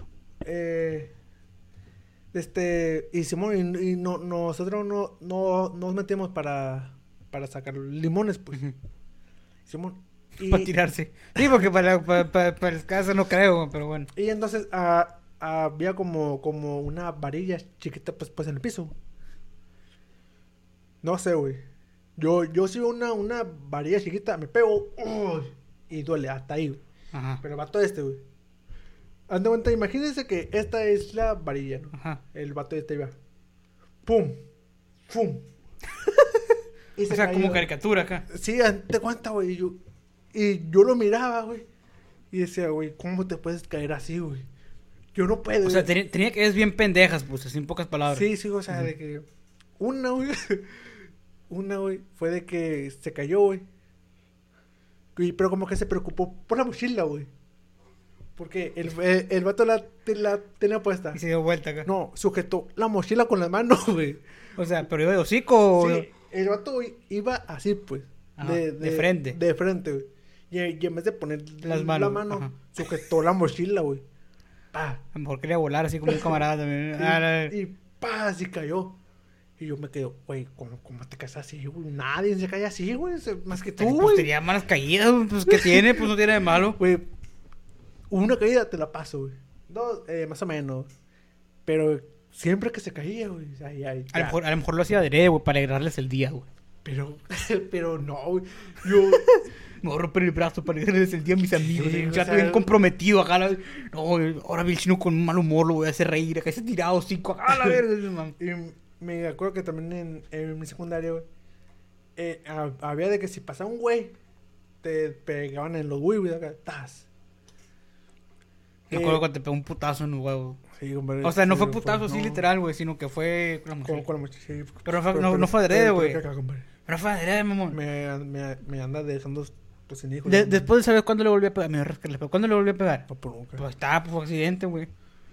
Y Simón, y nosotros no nos metíamos para sacar limones, pues. Uh-huh. Simón. Para tirarse. Sí, porque para el caso no creo, pero bueno. Y entonces había como una varilla chiquita, pues en el piso. No sé, güey. Yo si veo una varilla chiquita, me pego. Y duele, hasta ahí, güey. Ajá. Pero el vato güey. Anda cuenta, imagínense que esta es la varilla, ¿no? Ajá. El vato iba. ¡Pum! ¡Pum! O sea, como caricatura acá. Sí, te cuenta, güey. Y yo lo miraba, güey. Y decía, güey, ¿cómo te puedes caer así, güey? Yo no puedo. O sea, tenía que es bien pendejas, pues, así en pocas palabras. Sí, o sea, de que... Una, güey, fue de que se cayó, güey. Pero como que se preocupó por la mochila, güey. Porque el vato la tenía puesta. Y se dio vuelta acá. No, sujetó la mochila con las manos, güey. O sea, pero iba de hocico o... Sí, el vato, güey, iba así, pues. Ajá, de frente. De frente, güey. Y en vez de poner las manos, la mano, ajá, sujetó la mochila, güey. Pa. A lo mejor quería volar así como un camarada también. Y pa, así cayó. Y yo me quedo, güey, ¿cómo te caes así, güey? Nadie se cae así, güey. Más que tú, Pues güey. tenía malas caídas, pues ¿qué tiene? Pues no tiene de malo. Güey, una caída te la paso, güey. Dos, más o menos. Pero siempre que se caía, güey. A lo mejor lo hacía adrede, güey, para alegrarles el día, güey. Pero no, güey. Yo... Me voy a romper el brazo para alegrarles el día a mis amigos. Sí, Un o chato sea, bien comprometido acá. No, güey, ahora vi el chino con un mal humor, lo voy a hacer reír. Acá se tirado cinco acá a la verga, man. Y me acuerdo que también en mi secundaria, güey, había de que si pasaba un güey, te pegaban en los güey, acá, ¡tas! Me acuerdo cuando te pegó un putazo en los huevos. Sí, hombre. O sea, no sí, fue putazo así no. literal, güey, sino que fue con la mochila. Con la mochila, sí. Pero no fue adrede, güey. Pero No fue adrede, mamón. me anda dejando pues sin hijos. Después de saber cuándo le volví a pegar, me rasca, ¿cuándo le volví a pegar? No, por nunca. Pues estaba, pues fue accidente, güey.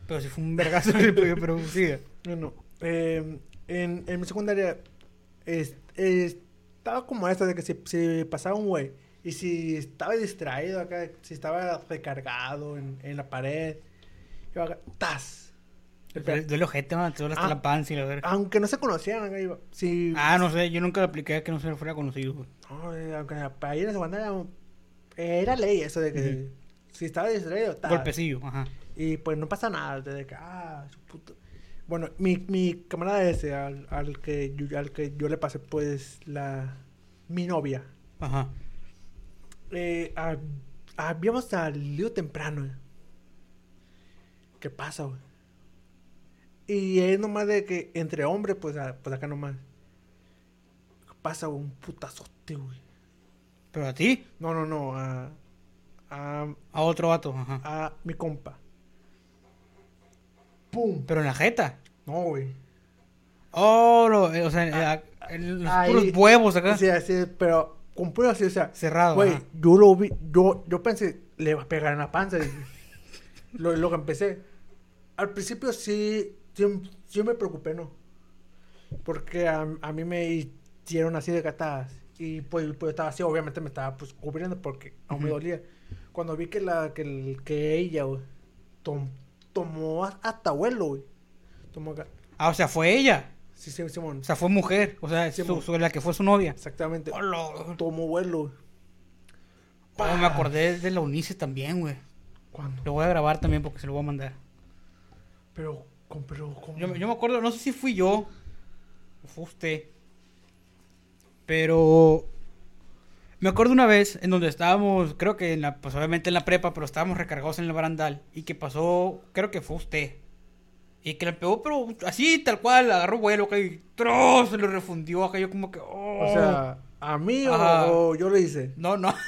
Pero si fue un vergazo, pero sigue. Bueno, en mi secundaria estaba como esta de que si pasaba un güey y si estaba distraído acá, si estaba recargado en la pared, iba acá, ¡tas! Duele ojete, man, te duele hasta la panza y la verga. Aunque no se conocían, acá iba. Si, No sé, yo nunca lo apliqué a que no se fuera conocido, güey. no, aunque para ir a la secundaria era ley eso de que si estaba distraído, ¡tas! Golpecillo, ajá. Y pues no pasa nada, de que, su puto. Bueno, mi camarada ese, al que yo le pasé, pues, mi novia. Ajá. Habíamos salido temprano, ¿Qué pasa, güey? Y es nomás de que entre hombres, pues acá nomás. ¿Qué pasa, güey? Un putazote, güey. ¿Pero a ti? No, A otro vato, ajá. a mi compa. ¡Pum! ¿Pero en la jeta? No, güey. Oh, no, o sea, en los Ahí, puros huevos acá. Sí, así, pero con puro así, o sea. Cerrado, Güey, ajá. yo lo vi, yo pensé, le va a pegar en la panza. Dije. lo que empecé. Al principio sí me preocupé, ¿no? Porque a mí me hicieron así de gatadas. Y pues estaba así, obviamente me estaba pues cubriendo porque aún me dolía. Cuando vi que ella, güey, tomó hasta vuelo, güey. Tomó acá. O sea, fue ella. Sí, Simón. O sea, fue mujer. O sea, la que fue su novia. Exactamente. Hola. Tomó vuelo, güey. Me acordé de la Unice también, güey. ¿Cuándo? Lo voy a grabar también porque se lo voy a mandar. Pero ¿cómo? Yo me acuerdo, no sé si fui yo o fue usted. Pero me acuerdo una vez en donde estábamos, creo que pues obviamente en la prepa, pero estábamos recargados en el barandal. Y que pasó, creo que fue usted. Y que le pegó, pero así, tal cual, agarró vuelo, acá y ¡tros! Se lo refundió acá, yo como que... ¡oh! O sea, ¿a mí o yo le hice? No. no,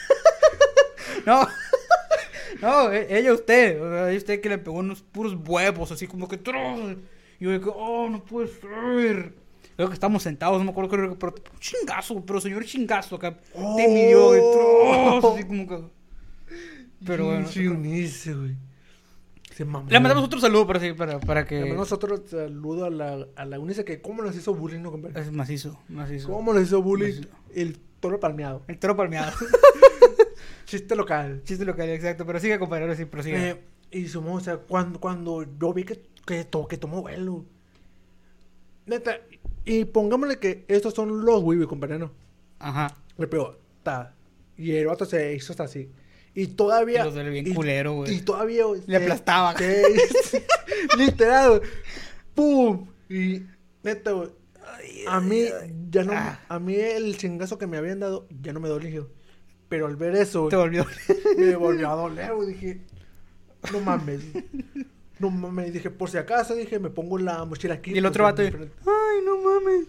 ella usted. O sea, usted que le pegó unos puros huevos, así como que ¡tros! Y yo dije, no puede ser. Creo que estábamos sentados, no me acuerdo, pero chingazo, pero señor chingazo acá. Te midió, ¡tros! Así como que... Pero bueno. Sí, Unice, güey. Se mamó. Le mandamos otro saludo para que... Le mandamos otro saludo a la Unice que cómo nos hizo bullying, ¿no, compadre? Es macizo. ¿Cómo nos hizo bullying? Macizo. El toro palmeado. El toro palmeado. Chiste local. Chiste local, exacto. Pero sigue, compadre, ahora sí, prosigue. Y sumó, o sea, cuando yo vi que tomó vuelo. Neta, y pongámosle que estos son los Wibi, compadre, ¿no? Ajá. Le pegó, y el vato se hizo hasta así. Y todavía... Y los duele bien culero, güey. Y todavía... Le aplastaba. Literal, güey. ¡Pum! Y neta, güey. A mí, ya no... A mí el chingazo que me habían dado ya no me dolió. Pero al ver eso, Te volvió. me volvió a doler, güey. Dije, no mames. No mames. Dije, por si acaso, dije, me pongo la mochila aquí. Y el pues, otro vato, enfrente. ay, no mames.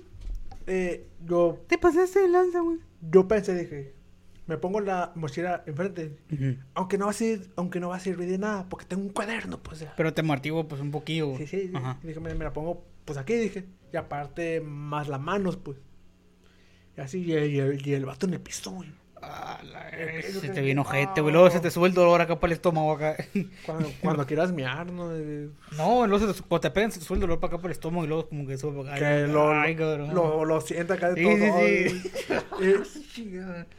Yo Te pasaste de lanza, güey. pensé, dije, me pongo la mochila enfrente. Aunque no va a servir de nada, porque tengo un cuaderno, pues. Pero te amortiguo, pues, un poquillo. Sí. Ajá. Y dije, me la pongo, pues, aquí, dije. Y aparte, más las manos, pues. Y así, y el vato en el piso, güey. Se te viene ojete, güey. Luego se te sube el dolor acá para el estómago acá. Cuando quieras miar, ¿no? No, luego cuando te pegan se te sube el dolor para acá para el estómago y luego como que sube para acá. Que lo sienta acá de todo. Sí.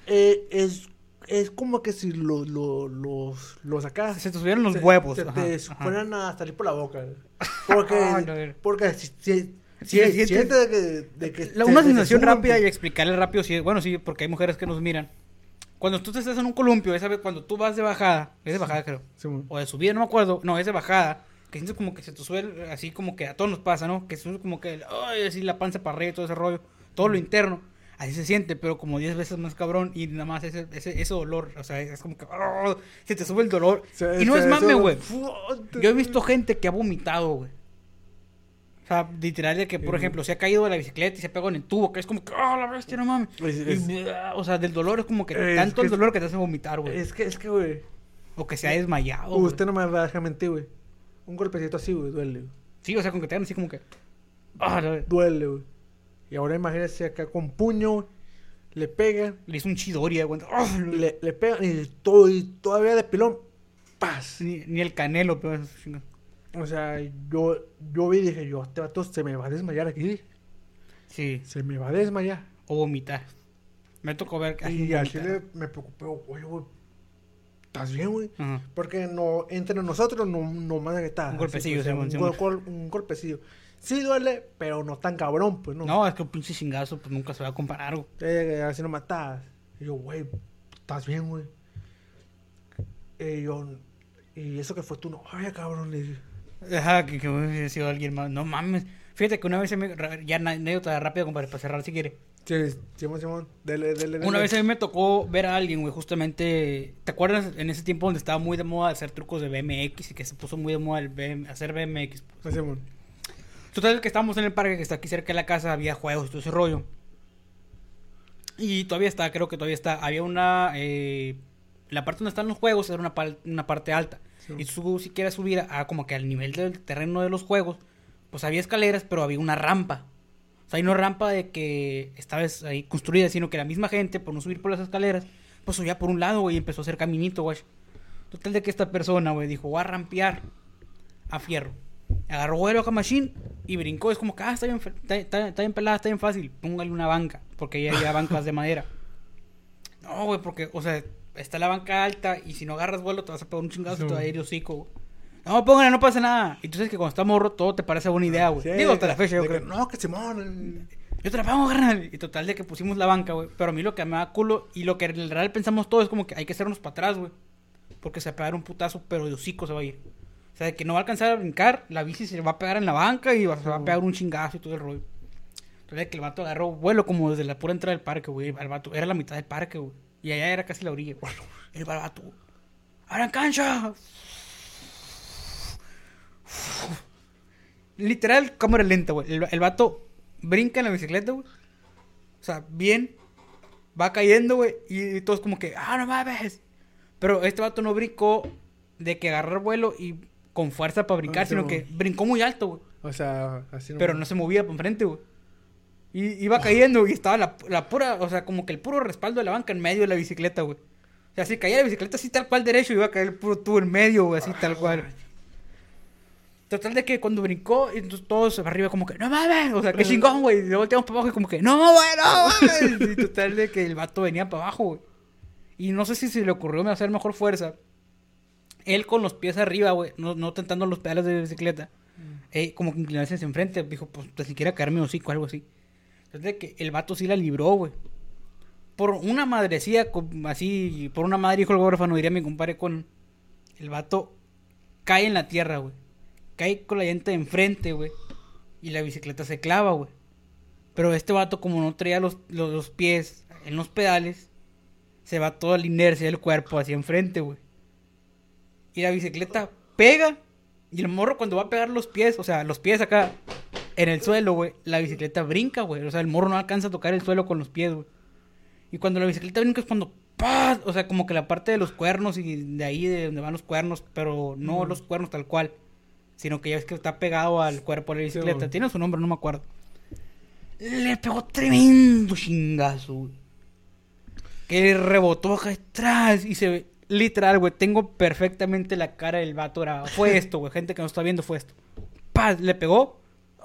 Es como que si lo sacas. Se te subieron los huevos. Se Ajá, te ajá. fueran a salir por la boca. Porque siente de que Una sensación suben, rápida pues. y explicarle rápido, sí, porque hay mujeres que nos miran. Cuando tú te estás en un columpio, esa vez cuando tú vas de bajada, es de bajada creo, Sí, man. o de subida, no me acuerdo, no, es de bajada, que sientes como que se te sube, así como que a todos nos pasa, ¿no? Que se sube como que, ay, así la panza para arriba y todo ese rollo, todo lo interno, así se siente, pero como 10 veces más cabrón y nada más ese dolor, o sea, es como que, se te sube el dolor. Y no es mame, güey. Yo he visto gente que ha vomitado, güey. O sea, literal de que, por ejemplo, se ha caído de la bicicleta y se pegó en el tubo, que es como que, la bestia, no mames. O sea, del dolor es como que tanto el dolor que te hace vomitar, güey. Es que, güey. O que se ha desmayado. Usted no me va a dejar mentir, güey. Un golpecito así, güey, duele, güey. Sí, o sea, con que te hagan así como que. Duele, güey. Y ahora imagínese acá con puño, güey, le pegan. Le hizo un chidoria, güey. Le pegan y todavía de pilón, ¡paz! Ni el canelo, pero. O sea, yo vi y dije, este vato se me va a desmayar aquí. Sí. Se me va a desmayar. O vomitar. Me tocó ver que Y así me preocupé, oye, güey, ¿estás bien, güey? Ajá. Porque no, entre nosotros no más que está. Un golpecillo, así, pues, Simón. un golpecillo. Sí duele, pero no tan cabrón, pues, ¿no? No, es que un pinche chingazo pues nunca se va a comparar, güey. Así no matas. Y yo, güey, ¿estás bien, güey? Y eso que fue tu novia, cabrón, le dije. Ajá, que hubiese sido alguien más. No mames. Fíjate que una vez ya anécdota rápida, compadre, para cerrar si quiere. Sí, Simón, dele. Una vez a mí me tocó ver a alguien, güey, justamente. ¿Te acuerdas en ese tiempo donde estaba muy de moda hacer trucos de BMX y que se puso muy de moda hacer BMX? Sí, Simón. Total, que estábamos en el parque que está aquí cerca de la casa, había juegos y todo ese rollo. Y todavía está, creo que todavía está. Había la parte donde están los juegos era una parte alta. Sí. Y tú, si quieres subir como que al nivel del terreno de los juegos, pues había escaleras, pero había una rampa. O sea, hay una rampa de que estaba ahí construida, sino que la misma gente, por no subir por las escaleras, pues subía por un lado, güey, y empezó a hacer caminito, güey. Total de que esta persona, güey, dijo, voy a rampear a fierro. Agarró vuelo a Machine y brincó. Es como que, está bien pelada, está bien fácil. Póngale una banca, porque ya había bancas de madera. No, güey, porque, o sea, está la banca alta y si no agarras vuelo te vas a pegar un chingazo y te va a ir hocico, güey. No, póngale, no pasa nada. Y tú sabes que cuando está morro todo te parece buena idea, güey. Sí, Digo, hasta la fecha, yo creo. No, que Simón. Yo te la pago, carnal. Y total de que pusimos la banca, güey. Pero a mí lo que me da culo y lo que en real pensamos todos es como que hay que hacernos para atrás, güey. Porque se va a pegar un putazo, pero de hocico se va a ir. O sea, de que no va a alcanzar a brincar, la bici se va a pegar en la banca y se va a pegar un chingazo y todo el rollo. Entonces, que el vato agarró vuelo como desde la pura entrada del parque, güey. El vato era la mitad del parque, güey. Y allá era casi la orilla, güey. El vato, ¡ahora en cancha! Literal, cámara lenta, güey. El vato brinca en la bicicleta, güey. O sea, bien. Va cayendo, güey. Y todos como que, no mames. Pero este vato no brincó de que agarrar vuelo y con fuerza para brincar, sino que brincó muy alto, güey. O sea, así no. Pero no se movía para enfrente, güey. Y iba cayendo y estaba la pura, o sea, como que el puro respaldo de la banca en medio de la bicicleta, güey. O sea, si caía la bicicleta así tal cual derecho, iba a caer el puro tubo en medio, güey, así tal cual. Total de que cuando brincó, entonces todos arriba como que, no mames, o sea, qué chingón, güey. Y luego volteamos para abajo y como que, no, güey, no mames. Y total de que el vato venía para abajo, güey. Y no sé si se le ocurrió hacer mejor fuerza. Él con los pies arriba, güey, no tentando los pedales de bicicleta. Como que inclinarse hacia enfrente, dijo, pues ni siquiera caerme hocico, algo así. Entonces de que el vato sí la libró, güey. Por una madrecía, así, por una madre hijo el huérfano, diría mi compadre con el vato cae en la tierra, güey. Cae con la llanta de enfrente, güey. Y la bicicleta se clava, güey. Pero este vato, como no traía los pies en los pedales, se va toda la inercia del cuerpo hacia enfrente, güey. Y la bicicleta pega. Y el morro cuando va a pegar los pies, o sea, los pies acá en el suelo, güey, la bicicleta brinca, güey. O sea, el morro no alcanza a tocar el suelo con los pies, güey. Y cuando la bicicleta brinca es cuando ¡pah! O sea, como que la parte de los cuernos y de ahí de donde van los cuernos, pero no los cuernos tal cual, sino que ya ves que está pegado al cuerpo de la bicicleta. Tiene su nombre, no me acuerdo. Le pegó tremendo chingazo, güey. Que rebotó acá atrás y se ve, literal, güey, tengo perfectamente la cara del vato grabada. Fue esto, güey, gente que no está viendo, fue esto. ¡Pah! Le pegó.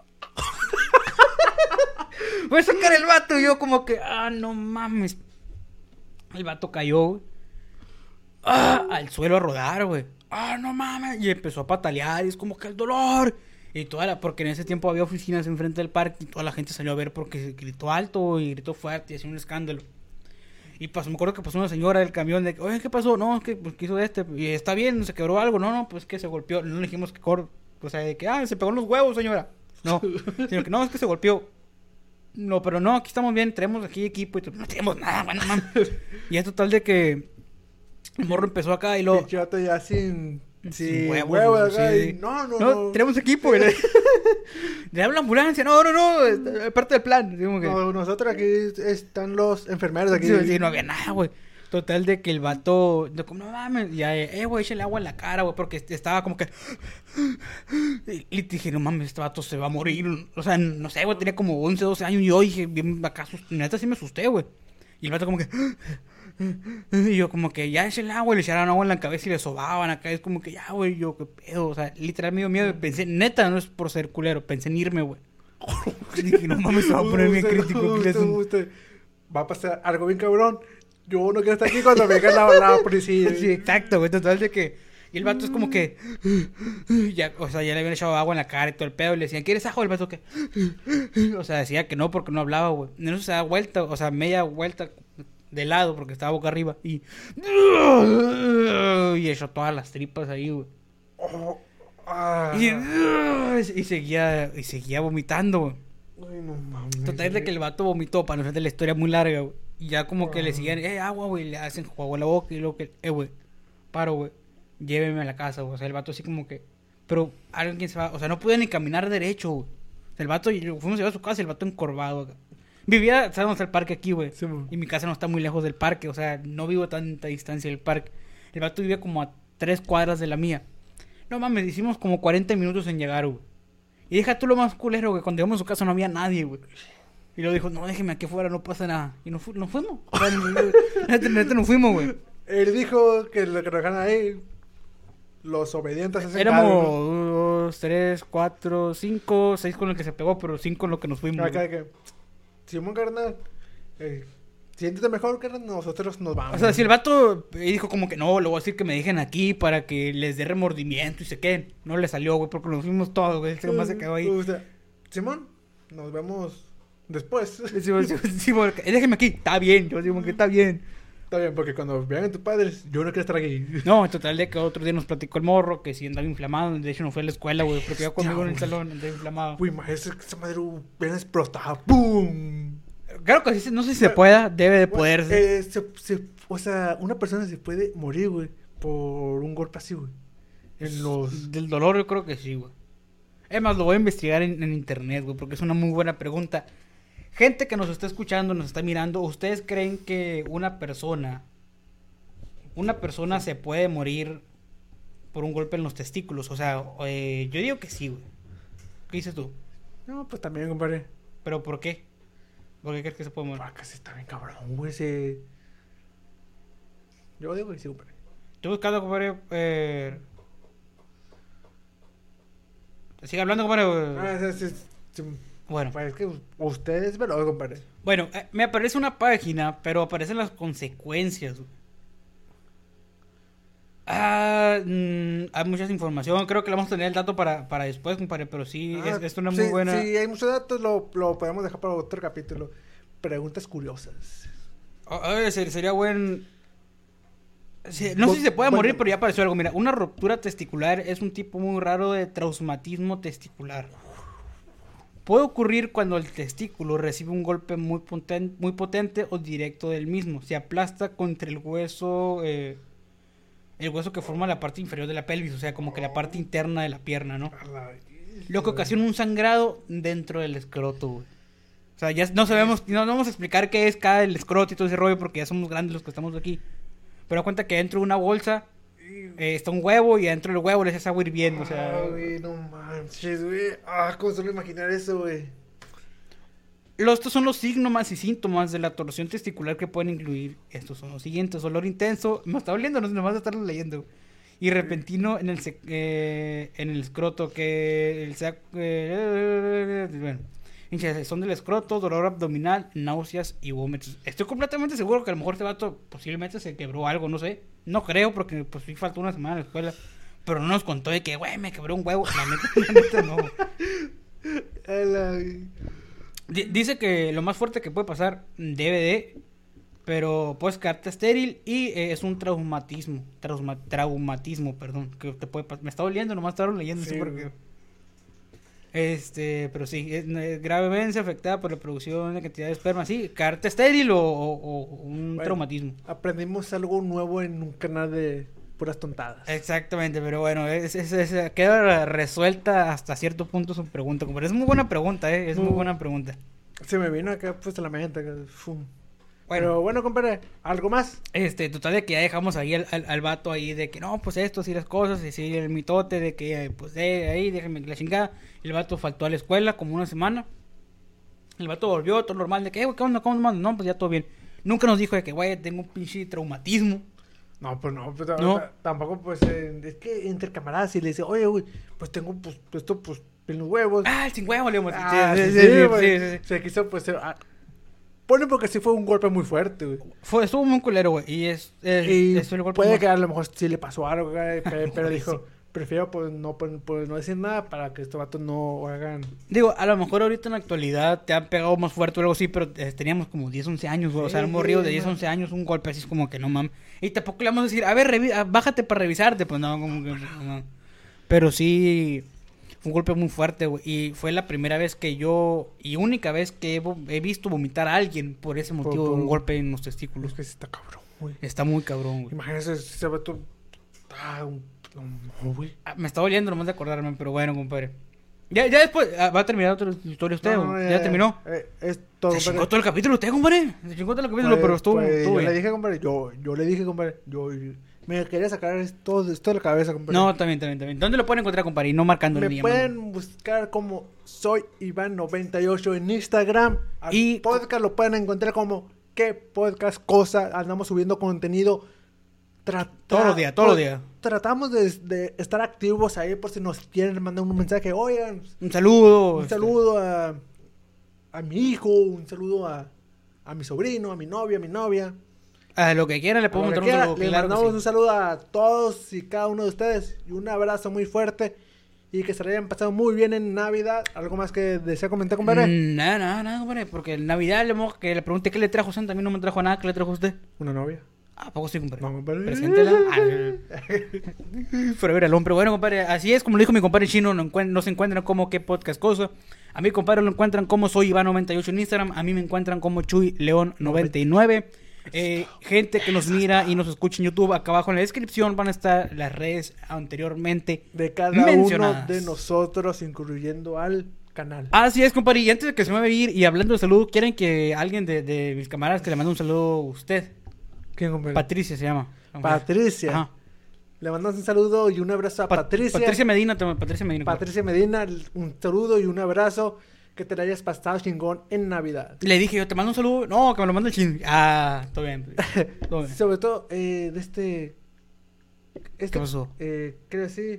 Voy a sacar el vato y yo como que, no mames. El vato cayó, güey. Al suelo a rodar, güey. No mames. Y empezó a patalear y es como que el dolor. Y porque en ese tiempo había oficinas enfrente del parque y toda la gente salió a ver porque gritó alto y gritó fuerte y hacía un escándalo. Y me acuerdo que pasó una señora del camión de, oye, ¿qué pasó? No, es que pues, ¿qué hizo y está bien, se quebró algo. No, pues que se golpeó. No le dijimos que o sea, de que, se pegó en los huevos, señora. No, sino que no, es que se golpeó. No, pero no, aquí estamos bien, tenemos aquí equipo y no tenemos nada, bueno, mames. Y es total de que el morro empezó acá y lo... El chato ya sin huevos acá sí. y no. Tenemos equipo, güey. Le habla la ambulancia, no, es parte del plan. Digo que... No, nosotros aquí están los enfermeros aquí. Sí, no había nada, güey. Total de que el vato, no mames, ya, güey, échale agua en la cara, güey, porque estaba como que... Y dije, no mames, este vato se va a morir. O sea, no sé, güey, tenía como 11, 12 años y yo dije, bien acá, neta sí me asusté, güey. Y el vato como que... Y yo como que ya echen el agua, y le echaron agua en la cabeza y le sobaban acá. Es como que ya, güey, yo qué pedo. O sea, literal me dio miedo. Pensé, neta, no es por ser culero, pensé en irme, güey. Dije, no mames, se va a poner bien crítico. Usted va a pasar algo bien cabrón. Yo no quiero estar aquí cuando venga la policía. Sí, exacto, güey, total de que... Y el vato es como que... Ya, o sea, ya le habían echado agua en la cara y todo el pedo. Y le decían, ¿quieres agua? El vato que... O sea, decía que no porque no hablaba, güey. En eso se da vuelta, o sea, media vuelta de lado porque estaba boca arriba. Y echó todas las tripas ahí, güey. Oh, Y seguía vomitando, güey. Ay, no mames. Total de que el vato vomitó, para no ser la historia muy larga, güey. Y ya como que le siguen, agua, güey, le hacen juego a la boca y luego que, güey, paro, güey, lléveme a la casa, güey. O sea, el vato así como que, pero alguien se va, o sea, no pude ni caminar derecho, güey. O sea, el vato, fuimos a llevar a su casa y el vato encorvado, güey. Vivía, sabemos el parque aquí, güey. Sí, y mi casa no está muy lejos del parque, o sea, no vivo a tanta distancia del parque. El vato vivía como a 3 cuadras de la mía. No mames, hicimos como 40 minutos en llegar, güey. Y deja tú lo más culero, güey, cuando llegamos a su casa no había nadie, güey. Y luego dijo, no, déjeme aquí afuera, no pasa nada. Y nos fuimos. O sea, neta nos fuimos, güey. Él dijo que lo que nos dejan ahí, los obedientes hacen Éramos cargo, 2, 3, 4, 5, 6 con el que se pegó, pero 5 con lo que nos fuimos. acá que, Simón, carnal, siéntete mejor, carnal, nosotros nos vamos. O sea, si el vato dijo como que no, le voy a decir que me dejen aquí para que les dé remordimiento y se queden. No le salió, güey, porque nos fuimos todos, güey. Ese más se quedó ahí. O sea, Simón, nos vemos después. Sí, déjeme aquí. Está bien, yo digo que está bien. Está bien, porque cuando vean a tus padres, yo no quiero estar aquí. No, en total de que otro día nos platicó el morro que si andaba inflamado. De hecho, no fue a la escuela, güey, porque iba conmigo en el salón, andaba inflamado. Uy, maestro, esa madre bien explotaba. ¡Pum! Claro que sí, no sé si se pueda, debe de poderse. O sea, una persona se puede morir, güey, por un golpe así, güey. Del dolor yo creo que sí, güey. Es más, lo voy a investigar en internet, güey, porque es una muy buena pregunta. Gente que nos está escuchando, nos está mirando, ¿ustedes creen que una persona se puede morir por un golpe en los testículos? O sea, yo digo que sí, güey. ¿Qué dices tú? No, pues también, compadre. ¿Pero por qué? ¿Por qué crees que se puede morir? Casi está bien cabrón, güey, Yo digo que sí, compadre. Estoy buscando, compadre, sigue hablando, compadre. Sí. Bueno. Pues es que ustedes veloz, compadre. Bueno, me aparece una página, pero aparecen las consecuencias. Hay mucha información. Creo que le vamos a tener el dato para después, compadre. Pero sí, es una muy buena. Sí, hay muchos datos, lo podemos dejar para otro capítulo. Preguntas curiosas. Sería buen. Sí, no sé si se puede morir, pero ya apareció algo. Mira, una ruptura testicular es un tipo muy raro de traumatismo testicular. Puede ocurrir cuando el testículo recibe un golpe muy potente o directo del mismo. Se aplasta contra el hueso que forma la parte inferior de la pelvis, o sea, como que la parte interna de la pierna, ¿no? Lo que ocasiona un sangrado dentro del escroto, güey. O sea, ya no sabemos, no vamos a explicar qué es cada el escroto y todo ese rollo porque ya somos grandes los que estamos aquí. Pero da cuenta que dentro de una bolsa está un huevo y adentro del huevo le echas agua hirviendo, o sea... güey, no manches, güey. ¿Cómo solo imaginar eso, güey? Estos son los signos y síntomas de la torsión testicular que pueden incluir. Estos son los siguientes: dolor intenso, me está doliendo, no vas a estarlo leyendo. Y repentino en el escroto, bueno, hinchazón del escroto, dolor abdominal, náuseas y vómitos. Estoy completamente seguro que a lo mejor este vato posiblemente se quebró algo, no sé. No creo porque pues sí faltó una semana en la escuela. Pero no nos contó de que, güey, me quebró un huevo. La neta no. Dice que lo más fuerte que puede pasar, DVD, pero puedes quedarte estéril y es un traumatismo, perdón, que te puede pasar. Me está doliendo, nomás estaba leyendo, sí, porque... pero sí, es gravemente afectada por la producción de cantidad de esperma, sí, quedarte estéril o un traumatismo. Aprendimos algo nuevo en un canal de puras tontadas. Exactamente, pero bueno, queda resuelta hasta cierto punto su pregunta, pero es muy buena pregunta, es muy buena pregunta. Se me vino acá pues a la mente, fum. Pero bueno, compadre, ¿algo más? Total de que ya dejamos ahí al vato ahí de que no, pues esto, sí las cosas, y sí el mitote de que pues ahí, déjenme la chingada. El vato faltó a la escuela como una semana. El vato volvió, todo normal, de que, güey, ¿qué onda? ¿Cómo andas? No, pues ya todo bien. Nunca nos dijo de que, güey, tengo un pinche traumatismo. No, pues no, pues, No. tampoco, pues, es que entre camaradas y le dice, oye, güey, pues tengo, pues, esto, pues, en los huevos. Ah, el sin huevo, le Sí. Se quiso, pues, pone porque sí fue un golpe muy fuerte, güey. Estuvo muy culero, güey. Y Y el golpe puede más- que a lo mejor sí le pasó algo, güey, pero Güey, dijo, sí. prefiero, pues, no decir nada para que estos vatos no hagan... Digo, a lo mejor ahorita en la actualidad te han pegado más fuerte o algo así, pero teníamos como 10, 11 años, güey. O sea, Sí, un morrido de 10, man. 11 años, un golpe así es como que no mames. Y tampoco le vamos a decir, a ver, bájate para revisarte. Pues no, como que no. Pero sí, fue un golpe muy fuerte, güey. Y fue la primera vez que yo, y única vez que he visto vomitar a alguien por ese motivo, por- un golpe en los testículos. Es que sí está cabrón, güey. Está muy cabrón, güey. Imagínese ese vato... no, güey. Ah, me está doliendo nomás de acordarme, pero bueno, compadre. Ya después, va a terminar otra historia usted, No, ¿o? ¿Ya terminó? Es todo, Se compadre. chingó todo el capítulo usted, compadre. Se chingó todo el capítulo, Pues, pero estuvo yo bien. le dije, compadre, yo le dije, compadre, yo me quería sacar esto de la cabeza, compadre. No, también. ¿Dónde lo pueden encontrar, compadre? Y no marcándole ni Me llamándole. pueden buscar como soy Iván98 en Instagram. Y- Y podcast lo pueden encontrar como qué podcast cosa. Andamos subiendo contenido Todos los días. Tratamos de estar activos ahí por si nos quieren mandar un mensaje. Oigan, Un saludo. un saludo a mi hijo, un saludo a mi sobrino, a mi novia. A lo que quieran le A podemos lo mandar que un quiera, saludo. le Claro que mandamos sí. un saludo a todos y cada uno de ustedes y un abrazo muy fuerte y que se la hayan pasado muy bien en Navidad. ¿Algo más que desea comentar, compadre? Nada, compadre. Porque en Navidad que le pregunté qué le trajo Santa. A mí no me trajo nada. ¿Qué le trajo usted? Una novia. ¿A poco sí, compadre? No, compadre. Preséntela. Forever Alone. Pero bueno, compadre, así es como lo dijo mi compadre chino. No se encuentran como qué podcast cosa. A mi compadre lo encuentran como soy Iván98 en Instagram. A mí me encuentran como Chuy León99. Gente que nos mira y nos escucha en YouTube, acá abajo en la descripción van a estar las redes anteriormente De cada mencionadas. uno de nosotros, incluyendo al canal. Así es, compadre. Y antes de que se me vaya a ir y hablando de salud, ¿quieren que alguien de mis camaradas que le mande un saludo a usted? ¿Quién, compadre? Patricia se llama. Patricia. Ajá. Le mandamos un saludo y un abrazo a Patricia. Patricia Medina. Patricia Medina. Patricia Medina, un saludo y un abrazo. Que te la hayas pasado chingón en Navidad. Le dije yo, te mando un saludo. No, que me lo mande el chin. Ah, todo bien. Todo bien. Sobre todo, de este... ¿Qué pasó? Quiero decir...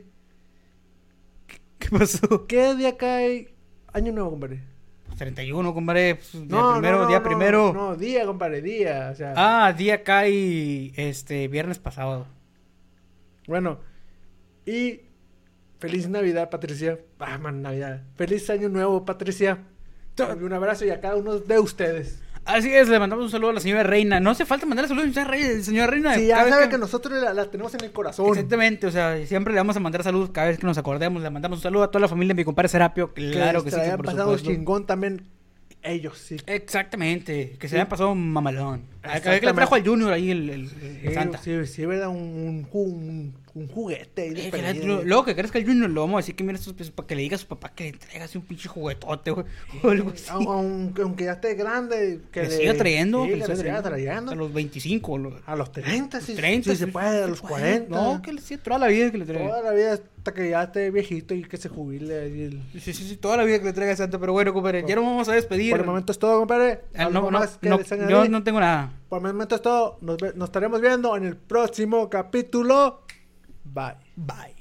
¿Qué pasó? ¿Qué día cae Año Nuevo, compadre? 31, compadre. Pues, día primero. No, día, compadre, día. O sea, Día cae viernes pasado. bueno. Y feliz Navidad, Patricia. Navidad. Feliz Año Nuevo, Patricia. Y un abrazo y a cada uno de ustedes. Así es, le mandamos un saludo a la señora Reina. No hace falta mandarle saludos a la señora Reina. Sí, Cada ya vez sabe que nosotros la tenemos en el corazón. Exactamente, o sea, siempre le vamos a mandar saludos cada vez que nos acordemos. Le mandamos un saludo a toda la familia de mi compadre Serapio. Claro que se sí, la que hayan por pasado supuesto. chingón también ellos, sí. Exactamente, que se le hayan pasado mamalón. A ver que le Exactamente. trajo al Junior ahí el Santa. Sí, ¿verdad? Un juguete ahí de perdido. Luego que crees que el Junior lo vamos a decir que mira estos pesos para que le diga a su papá que le traiga así un pinche juguetote, güey. O algo así. Aunque ya esté grande, Que le siga trayendo. sí, Que que le le siga trayendo. A los 25. A los 30, sí, 30, sí se puede, a los 40. No, que le siga toda la vida que le traiga. Toda la vida hasta que ya esté viejito y que se jubile. Ahí Sí, toda la vida que le traiga Santa. Pero bueno, compadre, ya nos vamos a despedir. Por el momento es todo, compadre. ¿Algo más que les añadir? yo no tengo nada. Por el momento es todo. Nos estaremos viendo en el próximo capítulo. Bye. Bye.